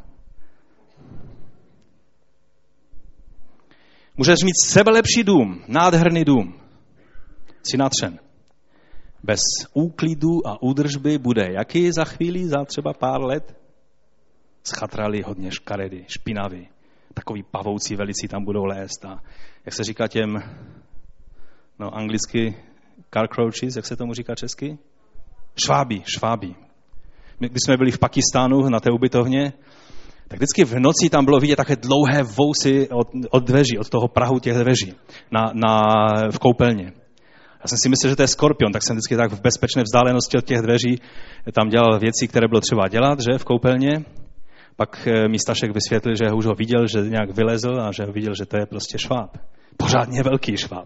Můžeš mít sebelepší dům, nádherný dům. Jsi natřen. Bez úklidu a údržby bude jaký za chvíli, za třeba pár let? Schatrali hodně škaredy, špinavý. Takový pavoucí velicí tam budou lézt. A jak se říká těm, anglicky cockroaches, jak se tomu říká česky? Švábí. Když jsme byli v Pakistánu na té ubytovně, tak vždycky v noci tam bylo vidět také dlouhé vousy od dveří, od toho prahu těch dveří v koupelně. Já jsem si myslel, že to je skorpion, tak jsem vždycky tak v bezpečné vzdálenosti od těch dveří tam dělal věci, které bylo třeba dělat, že v koupelně. Pak mi Stašek vysvětlil, že už ho viděl, že nějak vylezl a že viděl, že to je prostě šváb. Pořádně velký šváb.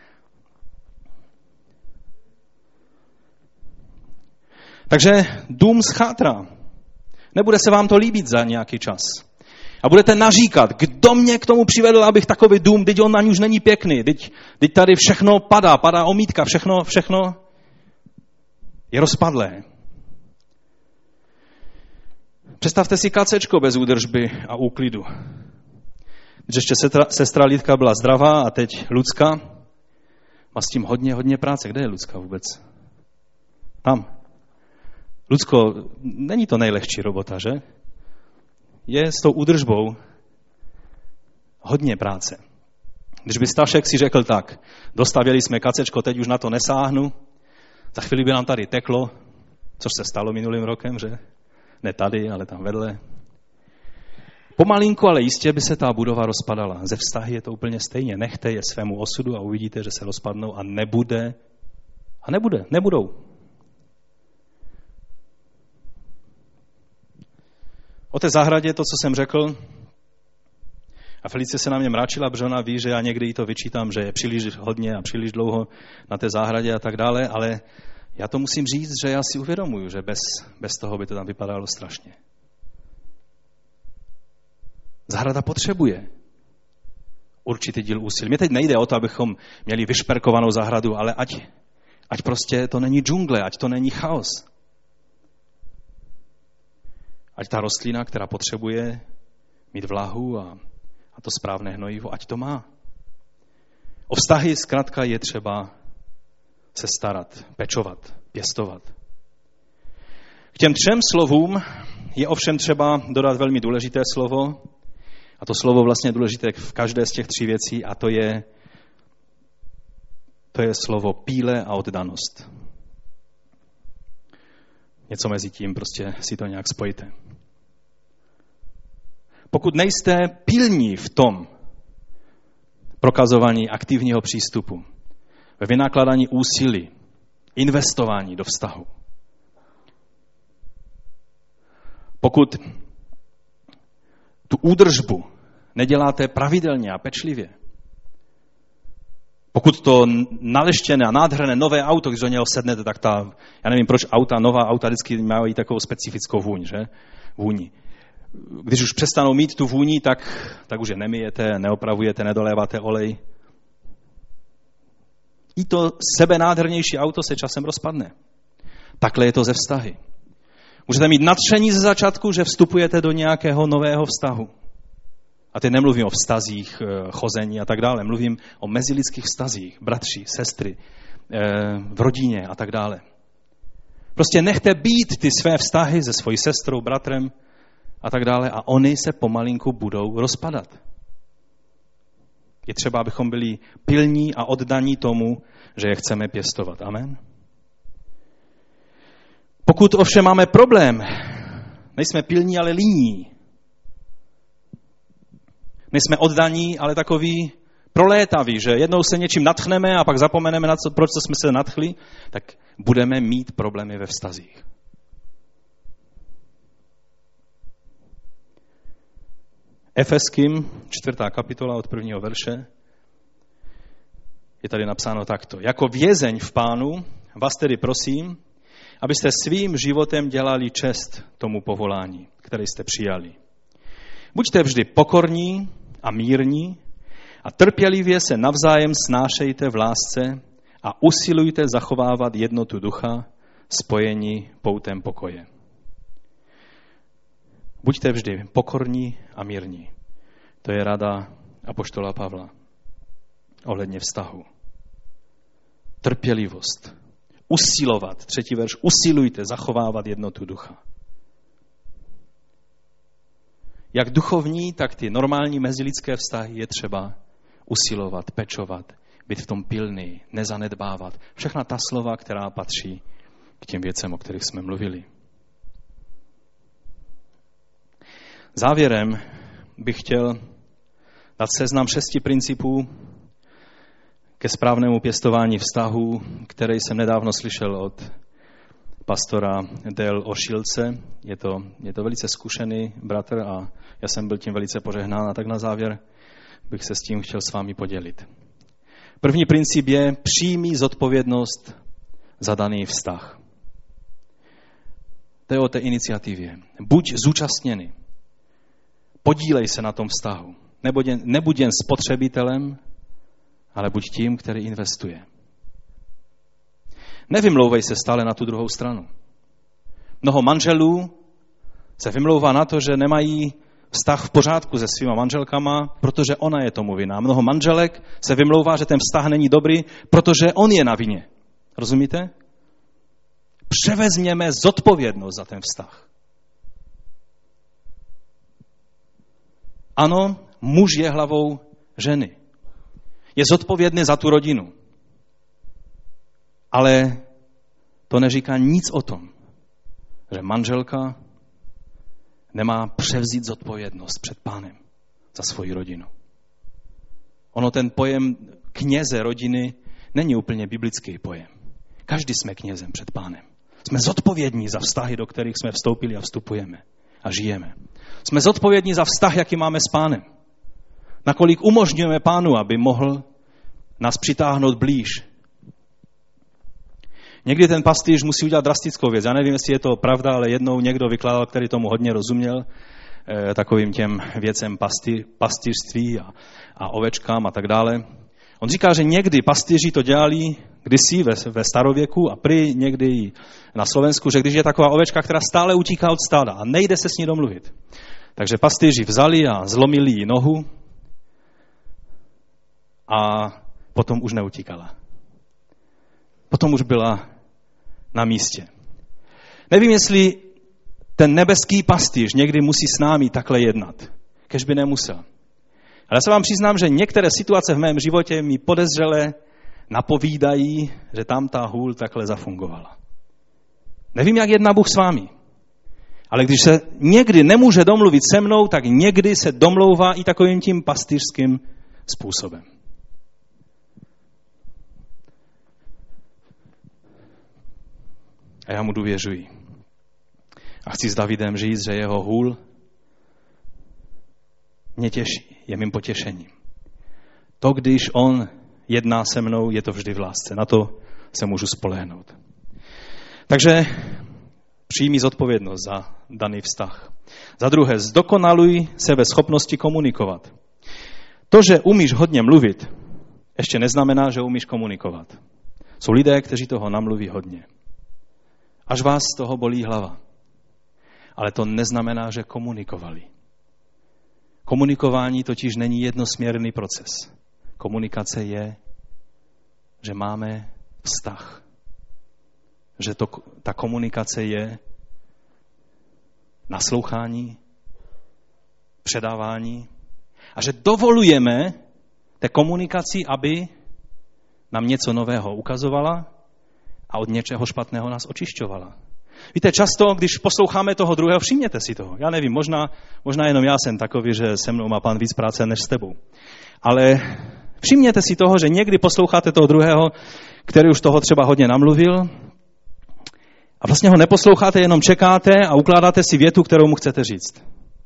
Takže dům schátrá. Nebude se vám to líbit za nějaký čas. A budete naříkat, kdo mě k tomu přivedl, abych takový dům, teď on ani už není pěkný, teď tady všechno padá omítka, všechno je rozpadlé. Představte si kacečko bez údržby a úklidu. Když ještě sestra Lidka byla zdravá a teď Lucka, má s tím hodně práce. Kde je Lucka vůbec? Tam. Lucko, není to nejlehčí robota, že? Je s tou údržbou hodně práce. Když by Stašek si řekl tak, dostavěli jsme kacečko, teď už na to nesáhnu, za chvíli by nám tady teklo, což se stalo minulým rokem, že? Ne tady, ale tam vedle. Pomalinku, ale jistě by se ta budova rozpadala. Ze vztahy je to úplně stejně. Nechte je svému osudu a uvidíte, že se rozpadnou a nebudou. O té zahradě to, co jsem řekl, a Felicie se na mě mračila, protože ona ví, že já někdy jí to vyčítám, že je příliš hodně a příliš dlouho na té zahradě a tak dále, ale já to musím říct, že já si uvědomuju, že bez toho by to tam vypadalo strašně. Zahrada potřebuje určitý díl úsilí. Mně teď nejde o to, abychom měli vyšperkovanou zahradu, ale ať prostě to není džungle, ať to není chaos. Ať ta rostlina, která potřebuje mít vlahu a to správné hnojivo, ať to má. O vztahy zkrátka je třeba se starat, pečovat, pěstovat. K těm 3 slovům je ovšem třeba dodat velmi důležité slovo, a to slovo vlastně je důležité v každé z těch 3 věcí, a to je slovo píle a oddanost. Něco mezi tím, prostě si to nějak spojíte. Pokud nejste pilní v tom prokazování aktivního přístupu, ve vynakládání úsilí, investování do vztahu, pokud tu údržbu neděláte pravidelně a pečlivě, pokud to naleštěné a nádherné nové auto, když do něho sednete, tak já nevím, proč nová auta vždycky mají takovou specifickou vůň, že? Vůni. Když už přestanou mít tu vůni, tak už je nemyjete, neopravujete, nedoléváte olej. I to sebenádhernější auto se časem rozpadne. Takhle je to ze vztahy. Můžete mít nadšení ze začátku, že vstupujete do nějakého nového vztahu. A teď nemluvím o vztazích, chození a tak dále. Mluvím o mezilidských vztazích, bratři, sestry, v rodině a tak dále. Prostě nechte být ty své vztahy se svojí sestrou, bratrem a tak dále a oni se pomalinku budou rozpadat. Je třeba, abychom byli pilní a oddaní tomu, že je chceme pěstovat. Amen. Pokud ovšem máme problém, nejsme pilní, ale líní. Nejsme oddaní, ale takový prolétaví, že jednou se něčím nadchneme a pak zapomeneme, na co, proč jsme se nadchli, tak budeme mít problémy ve vztazích. Efeským, 4. kapitola od 1. verše, je tady napsáno takto. Jako vězeň v Pánu vás tedy prosím, abyste svým životem dělali čest tomu povolání, které jste přijali. Buďte vždy pokorní a mírní a trpělivě se navzájem snášejte v lásce a usilujte zachovávat jednotu ducha, spojení poutem pokoje. Buďte vždy pokorní a mírní. To je rada apoštola Pavla ohledně vztahu. Trpělivost. Usilovat. 3. verš. Usilujte zachovávat jednotu ducha. Jak duchovní, tak ty normální mezilidské vztahy je třeba usilovat, pečovat, být v tom pilný, nezanedbávat. Všechna ta slova, která patří k těm věcem, o kterých jsme mluvili. Závěrem bych chtěl dát seznam 6 principů ke správnému pěstování vztahů, který jsem nedávno slyšel od pastora Dale Oshilce. Je to velice zkušený bratr a já jsem byl tím velice požehnán a tak na závěr bych se s tím chtěl s vámi podělit. První princip je přijmí zodpovědnost za daný vztah. To je o té iniciativě. Buď zúčastněný. Podílej se na tom vztahu. Nebuď jen spotřebitelem, ale buď tím, který investuje. Nevymlouvej se stále na tu druhou stranu. Mnoho manželů se vymlouvá na to, že nemají vztah v pořádku se svýma manželkama, protože ona je tomu vinná. Mnoho manželek se vymlouvá, že ten vztah není dobrý, protože on je na vině. Rozumíte? Převezměme zodpovědnost za ten vztah. Ano, muž je hlavou ženy. Je zodpovědný za tu rodinu. Ale to neříká nic o tom, že manželka nemá převzít zodpovědnost před Pánem za svoji rodinu. Ono ten pojem kněze rodiny není úplně biblický pojem. Každý jsme knězem před Pánem. Jsme zodpovědní za vztahy, do kterých jsme vstoupili a vstupujeme a žijeme. Jsme zodpovědní za vztah, jaký máme s Pánem. Nakolik umožňujeme Pánu, aby mohl nás přitáhnout blíž. Někdy ten pastýř musí udělat drastickou věc. Já nevím, jestli je to pravda, ale jednou někdo vykládal, který tomu hodně rozuměl, takovým těm věcem pastýřství a ovečkám a tak dále. On říká, že někdy pastýři to dělali kdysi ve starověku a prý někdy na Slovensku, že když je taková ovečka, která stále utíká od stáda a nejde se s ní domluvit. Takže pastýři vzali a zlomili jí nohu a potom už neutíkala. Potom už byla na místě. Nevím, jestli ten nebeský pastýř někdy musí s námi takhle jednat. Kež by nemusel. Ale já se vám přiznám, že některé situace v mém životě mi podezřele napovídají, že tam ta hůl takhle zafungovala. Nevím, jak jedná Bůh s vámi. Ale když se někdy nemůže domluvit se mnou, tak někdy se domlouvá i takovým tím pastýřským způsobem. A já mu důvěřuji. A chci s Davidem říct, že jeho hůl mě těší, je mým potěšením. To, když on jedná se mnou, je to vždy v lásce. Na to se můžu spolehnout. Takže přijmi zodpovědnost za daný vztah. Za druhé, zdokonaluj se ve schopnosti komunikovat. To, že umíš hodně mluvit, ještě neznamená, že umíš komunikovat. Jsou lidé, kteří toho namluví hodně. Až vás z toho bolí hlava. Ale to neznamená, že komunikovali. Komunikování totiž není jednosměrný proces. Komunikace je, že máme vztah. že ta komunikace je naslouchání, předávání a že dovolujeme té komunikaci, aby nám něco nového ukazovala a od něčeho špatného nás očišťovala. Víte, často, když posloucháme toho druhého, všimněte si toho. Já nevím, možná jenom já jsem takový, že se mnou má Pán víc práce než s tebou. Ale všimněte si toho, že někdy posloucháte toho druhého, který už toho třeba hodně namluvil a vlastně ho neposloucháte, jenom čekáte a ukládáte si větu, kterou mu chcete říct.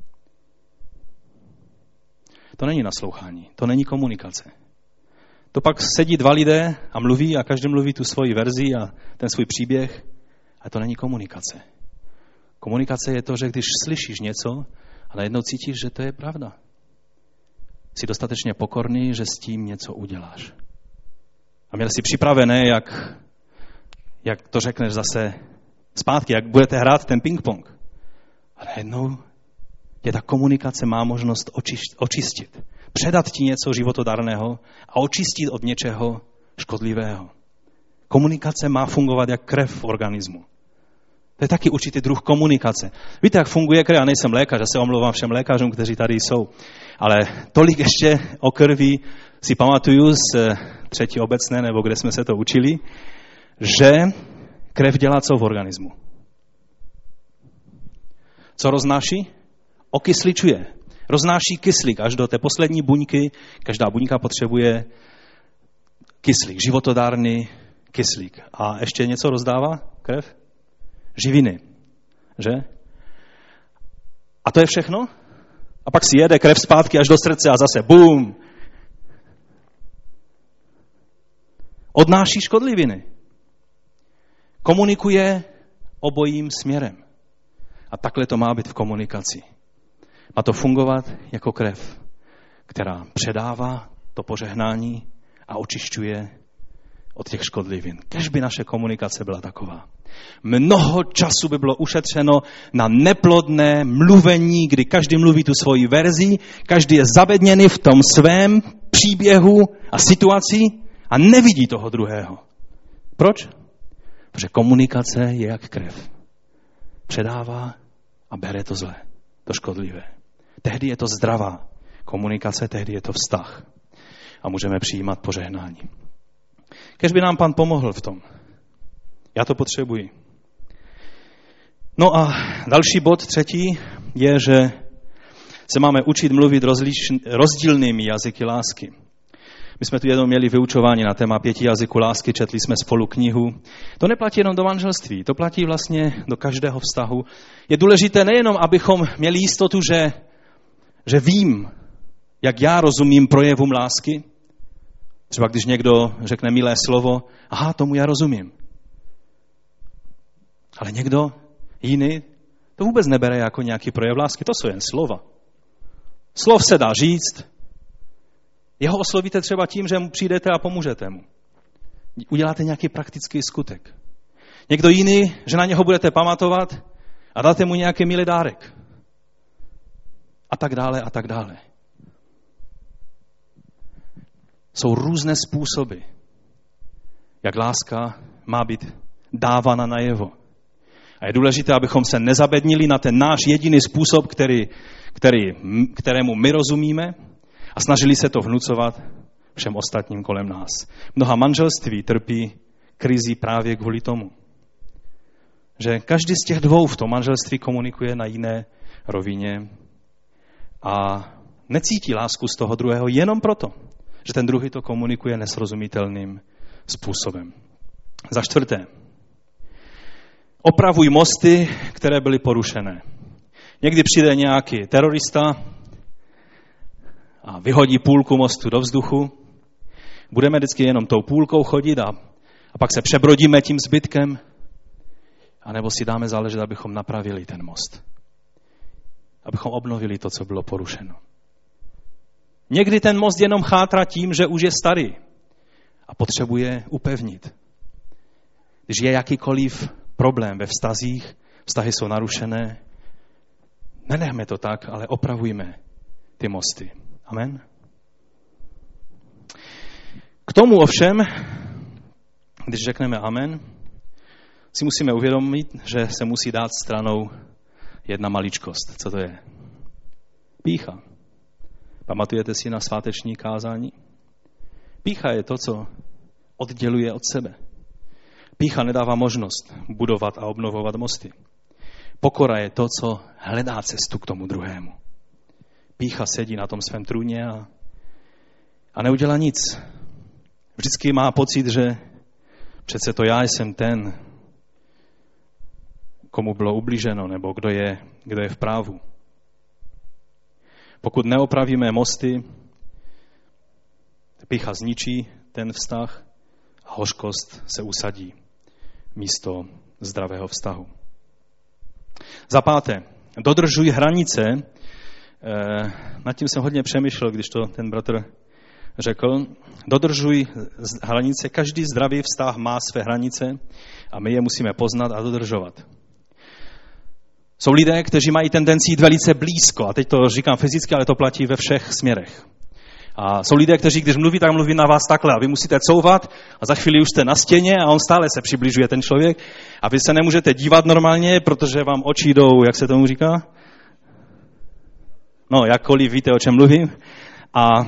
To není naslouchání, to není komunikace. To pak sedí dva lidé a mluví a každý mluví tu svoji verzi a ten svůj příběh a to není komunikace. Komunikace je to, že když slyšíš něco a najednou cítíš, že to je pravda. Jsi dostatečně pokorný, že s tím něco uděláš. A měl jsi připravené, jak to řekneš zase zpátky, jak budete hrát ten ping-pong. A najednou tě ta komunikace má možnost očistit. Předat ti něco životodárného a očistit od něčeho škodlivého. Komunikace má fungovat jak krev v organismu. To je taky určitý druh komunikace. Víte, jak funguje krev? Já nejsem lékař, já se omlouvám všem lékařům, kteří tady jsou. Ale tolik ještě o krvi si pamatuju z 3. obecné, nebo kde jsme se to učili, že krev dělá co v organismu? Co roznáší? Okysličuje. Roznáší kyslík až do té poslední buňky. Každá buňka potřebuje kyslík, životodárný kyslík. A ještě něco rozdává krev? Živiny. Že? A to je všechno? A pak si jede krev zpátky až do srdce a zase bum. Odnáší škodliviny. Komunikuje obojím směrem. A takhle to má být v komunikaci. Má to fungovat jako krev, která předává to požehnání a očišťuje od těch škodlivin. Kéž by naše komunikace byla taková. Mnoho času by bylo ušetřeno na neplodné mluvení, kdy každý mluví tu svoji verzi, každý je zabedněný v tom svém příběhu a situaci a nevidí toho druhého. Proč? Protože komunikace je jak krev. Předává a bere to zlé, to škodlivé. Tehdy je to zdravá komunikace, tehdy je to vztah. A můžeme přijímat požehnání. Kéž by nám Pán pomohl v tom. Já to potřebuji. No a další bod, 3, je, že se máme učit mluvit rozdílnými jazyky lásky. My jsme tu jednou měli vyučování na téma 5 jazyků lásky, četli jsme spolu knihu. To neplatí jenom do manželství, to platí vlastně do každého vztahu. Je důležité nejenom, abychom měli jistotu, že vím, jak já rozumím projevům lásky. Třeba když někdo řekne milé slovo, aha, tomu já rozumím. Ale někdo jiný to vůbec nebere jako nějaký projev lásky, to jsou jen slova. Slov se dá říct, jeho oslovíte třeba tím, že mu přijdete a pomůžete mu. Uděláte nějaký praktický skutek. Někdo jiný, že na něho budete pamatovat a dáte mu nějaký milý dárek. A tak dále, a tak dále. Jsou různé způsoby, jak láska má být dávána najevo. A je důležité, abychom se nezabednili na ten náš jediný způsob, kterému my rozumíme, a snažili se to vnucovat všem ostatním kolem nás. Mnoha manželství trpí krizi právě kvůli tomu. Že každý z těch dvou v tom manželství komunikuje na jiné rovině a necítí lásku z toho druhého jenom proto, že ten druhý to komunikuje nesrozumitelným způsobem. Za 4. Opravuj mosty, které byly porušené. Někdy přijde nějaký terorista a vyhodí půlku mostu do vzduchu. Budeme vždycky jenom tou půlkou chodit a pak se přebrodíme tím zbytkem, anebo si dáme záležet, abychom napravili ten most. Abychom obnovili to, co bylo porušeno. Někdy ten most jenom chátrá tím, že už je starý a potřebuje upevnit. Když je jakýkoliv problém ve vztazích, vztahy jsou narušené, nenechme to tak, ale opravujme ty mosty. Amen. K tomu ovšem, když řekneme amen, si musíme uvědomit, že se musí dát stranou jedna maličkost. Co to je? Pýcha. Pamatujete si na sváteční kázání? Pýcha je to, co odděluje od sebe. Pýcha nedává možnost budovat a obnovovat mosty. Pokora je to, co hledá cestu k tomu druhému. Pýcha sedí na tom svém trůně a neudělá nic. Vždycky má pocit, že přece to já jsem ten, komu bylo ublíženo, nebo kdo je v právu. Pokud neopravíme mosty, pýcha zničí ten vztah a hořkost se usadí místo zdravého vztahu. Za páté, dodržuj hranice. Nad tím jsem hodně přemýšlel, když to ten bratr řekl. Dodržuj hranice. Každý zdravý vztah má své hranice a my je musíme poznat a dodržovat. Jsou lidé, kteří mají tendenci jít velice blízko. A teď to říkám fyzicky, ale to platí ve všech směrech. A jsou lidé, kteří, když mluví, tak mluví na vás takhle. A vy musíte couvat a za chvíli už jste na stěně a on stále se přibližuje, ten člověk. A vy se nemůžete dívat normálně, protože vám oči jdou, jak se tomu říká? No, jakkoliv víte, o čem mluvím. A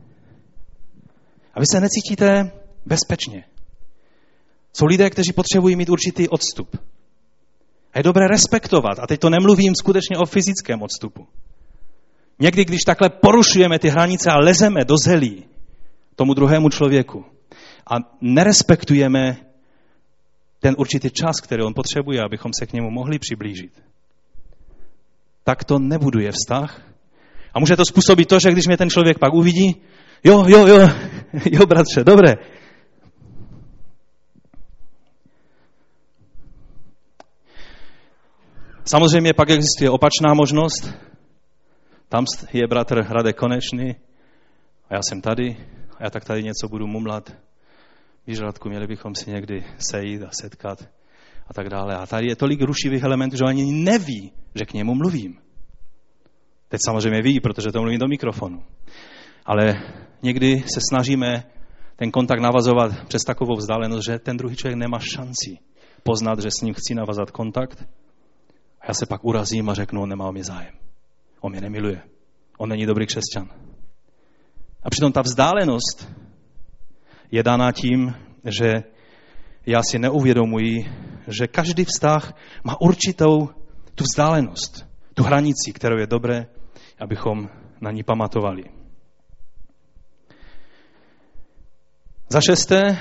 vy se necítíte bezpečně. Jsou lidé, kteří potřebují mít určitý odstup. A je dobré respektovat. A teď to nemluvím skutečně o fyzickém odstupu. Někdy, když takhle porušujeme ty hranice a lezeme do zelí tomu druhému člověku a nerespektujeme ten určitý čas, který on potřebuje, abychom se k němu mohli přiblížit, tak to nebuduje vztah. A může to způsobit to, že když mě ten člověk pak uvidí, jo, bratře, dobré. Samozřejmě pak existuje opačná možnost. Tam je bratr Radek Konečný a já jsem tady a já tak tady něco budu mumlat. Víš, Radku, měli bychom si někdy sejít a setkat a tak dále. A tady je tolik rušivých elementů, že ani neví, že k němu mluvím. Teď samozřejmě ví, protože to mluvím do mikrofonu. Ale někdy se snažíme ten kontakt navazovat přes takovou vzdálenost, že ten druhý člověk nemá šanci poznat, že s ním chci navazat kontakt. A já se pak urazím a řeknu, on nemá o mě zájem. On mě nemiluje. On není dobrý křesťan. A přitom ta vzdálenost je dána tím, že já si neuvědomuji, že každý vztah má určitou tu vzdálenost, tu hranici, kterou je dobré, abychom na ní pamatovali. Za šesté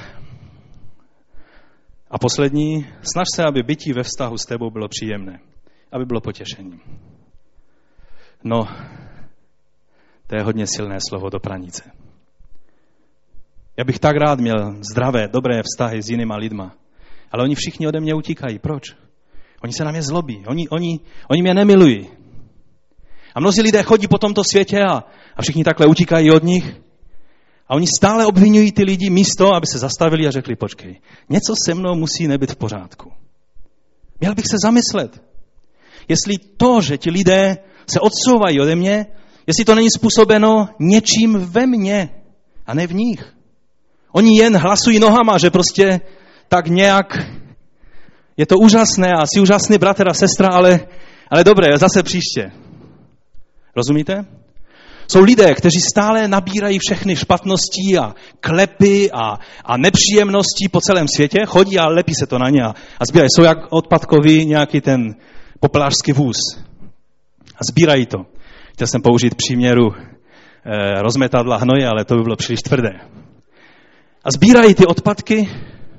a poslední, snaž se, aby bytí ve vztahu s tebou bylo příjemné, aby bylo potěšením. No, to je hodně silné slovo do pranice. Já bych tak rád měl zdravé, dobré vztahy s jinýma lidma, ale oni všichni ode mě utíkají. Proč? Oni se na mě zlobí, oni mě nemilují. A mnozí lidé chodí po tomto světě a všichni takhle utíkají od nich. A oni stále obvinují ty lidi místo, aby se zastavili a řekli, počkej, něco se mnou musí nebyt v pořádku. Měl bych se zamyslet, jestli to, že ti lidé se odsouvají ode mě, jestli to není způsobeno něčím ve mně a ne v nich. Oni jen hlasují nohama, že prostě tak nějak je to úžasné a jsi úžasný bratr a sestra, ale dobré, zase příště. Rozumíte? Jsou lidé, kteří stále nabírají všechny špatnosti a klepy a nepříjemnosti po celém světě, chodí a lepí se to na ně a sbírají. Jsou jak odpadkový nějaký ten popelářský vůz. A sbírají to. Chtěl jsem použít příměru rozmetadla hnoje, ale to by bylo příliš tvrdé. A sbírají ty odpadky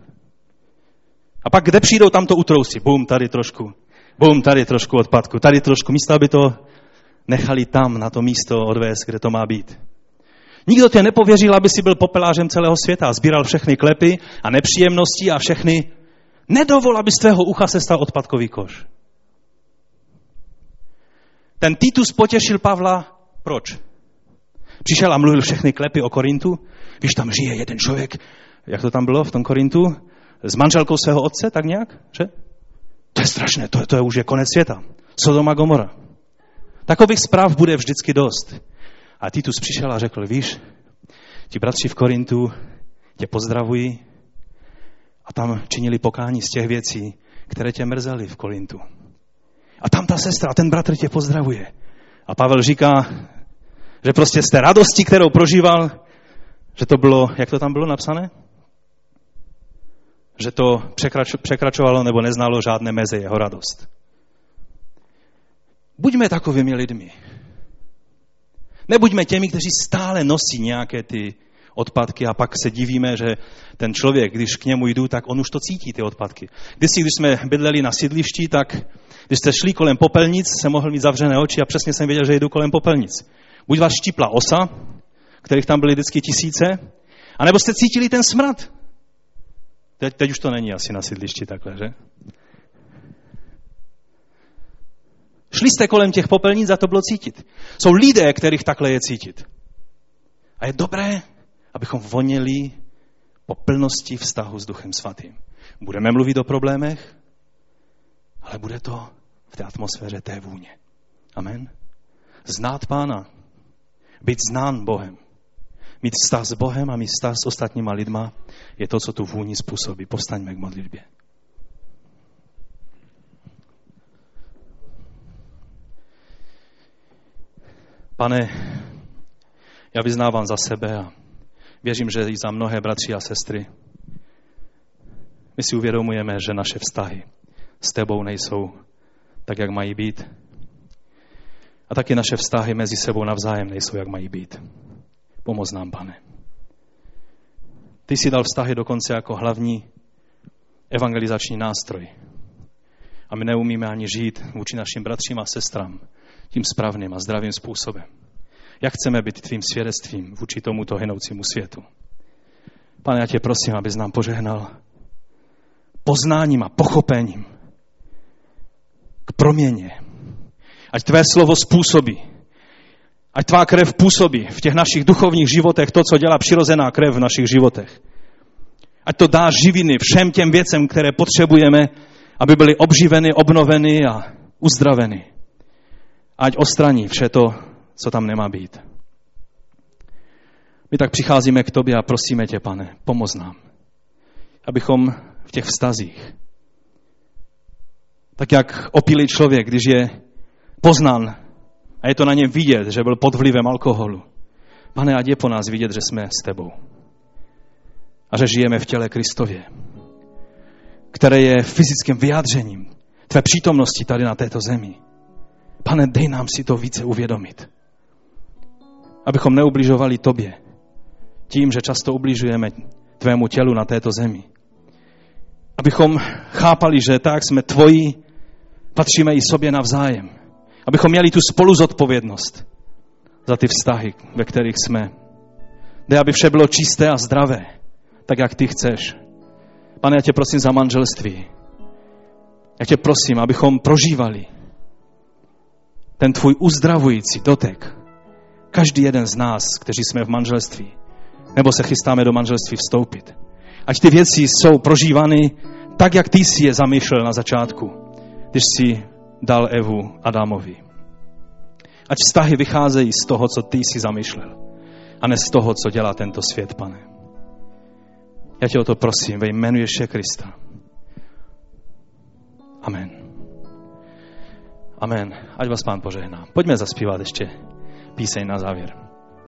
a pak kde přijdou, tam to utrousí. Bum, tady trošku odpadku, tady trošku místa, aby to nechali tam na to místo odvést, kde to má být. Nikdo tě nepověřil, aby si byl popelářem celého světa a sbíral všechny klepy a nepříjemnosti a všechny. Nedovol, aby z tvého ucha se stal odpadkový koš. Ten Titus potěšil Pavla. Proč? Přišel a mluvil všechny klepy o Korintu. Víš, tam žije jeden člověk, jak to tam bylo v tom Korintu, s manželkou svého otce, tak nějak, že? To je strašné, to je už je konec světa. Sodoma Gomora. Takových zpráv bude vždycky dost. A Titus přišel a řekl, víš, ti bratři v Korintu tě pozdravují a tam činili pokání z těch věcí, které tě mrzely v Korintu. A tam ta sestra, ten bratr tě pozdravuje. A Pavel říká, že prostě z té radosti, kterou prožíval, že to bylo, jak to tam bylo napsané? Že to překračovalo nebo neznalo žádné meze jeho radost. Buďme takovými lidmi. Nebuďme těmi, kteří stále nosí nějaké ty odpadky a pak se divíme, že ten člověk, když k němu jdu, tak on už to cítí, ty odpadky. Když jsme bydleli na sídlišti, tak když jste šli kolem popelnic, jsem mohl mít zavřené oči a přesně jsem věděl, že jdu kolem popelnic. Buď vás štípla osa, kterých tam byly vždycky tisíce, anebo jste cítili ten smrad. Teď už to není asi na sídlišti takhle, že? Šli jste kolem těch popelnic a to bylo cítit. Jsou lidé, kterých takhle je cítit. A je dobré, abychom voněli po plnosti vztahu s Duchem Svatým. Budeme mluvit o problémech, ale bude to v té atmosféře té vůně. Amen. Znát Pána, být znán Bohem, mít vztah s Bohem a mít vztah s ostatníma lidma je to, co tu vůni způsobí. Povstaňme k modlitbě. Pane, já vyznávám za sebe a věřím, že i za mnohé bratři a sestry. My si uvědomujeme, že naše vztahy s tebou nejsou tak, jak mají být. A taky naše vztahy mezi sebou navzájem nejsou, jak mají být. Pomoz nám, Pane. Ty jsi dal vztahy dokonce jako hlavní evangelizační nástroj. A my neumíme ani žít vůči našim bratřím a sestrám tím správným a zdravým způsobem. Jak chceme být tvým svědectvím vůči tomuto hynoucímu světu? Pane, já tě prosím, abys nám požehnal poznáním a pochopením k proměně. Ať tvé slovo způsobí, ať tvá krev působí v těch našich duchovních životech to, co dělá přirozená krev v našich životech. Ať to dá živiny všem těm věcem, které potřebujeme, aby byly obživeny, obnoveny a uzdraveny. Ať odstraní vše to, co tam nemá být. My tak přicházíme k tobě a prosíme tě, Pane, pomoz nám, abychom v těch vztazích, tak jak opilý člověk, když je poznán a je to na něm vidět, že byl pod vlivem alkoholu. Pane, ať je po nás vidět, že jsme s tebou a že žijeme v těle Kristově, které je fyzickým vyjádřením tvé přítomnosti tady na této zemi. Pane, dej nám si to více uvědomit. Abychom neubližovali tobě tím, že často ubližujeme tvému tělu na této zemi. Abychom chápali, že tak jsme tvoji, patříme i sobě navzájem. Abychom měli tu spoluzodpovědnost za ty vztahy, ve kterých jsme. Dej, aby vše bylo čisté a zdravé, tak jak ty chceš. Pane, já tě prosím za manželství. Já tě prosím, abychom prožívali ten tvůj uzdravující dotek. Každý jeden z nás, kteří jsme v manželství, nebo se chystáme do manželství vstoupit. Ať ty věci jsou prožívány tak, jak ty jsi je zamýšlel na začátku, když jsi dal Evu Adamovi. Ať vztahy vycházejí z toho, co ty jsi zamýšlel, a ne z toho, co dělá tento svět, Pane. Já tě o to prosím ve jménu Ježíše Krista. Amen. Amen. Ať vás Pán požehná. Pojďme zaspívat ještě píseň na závěr.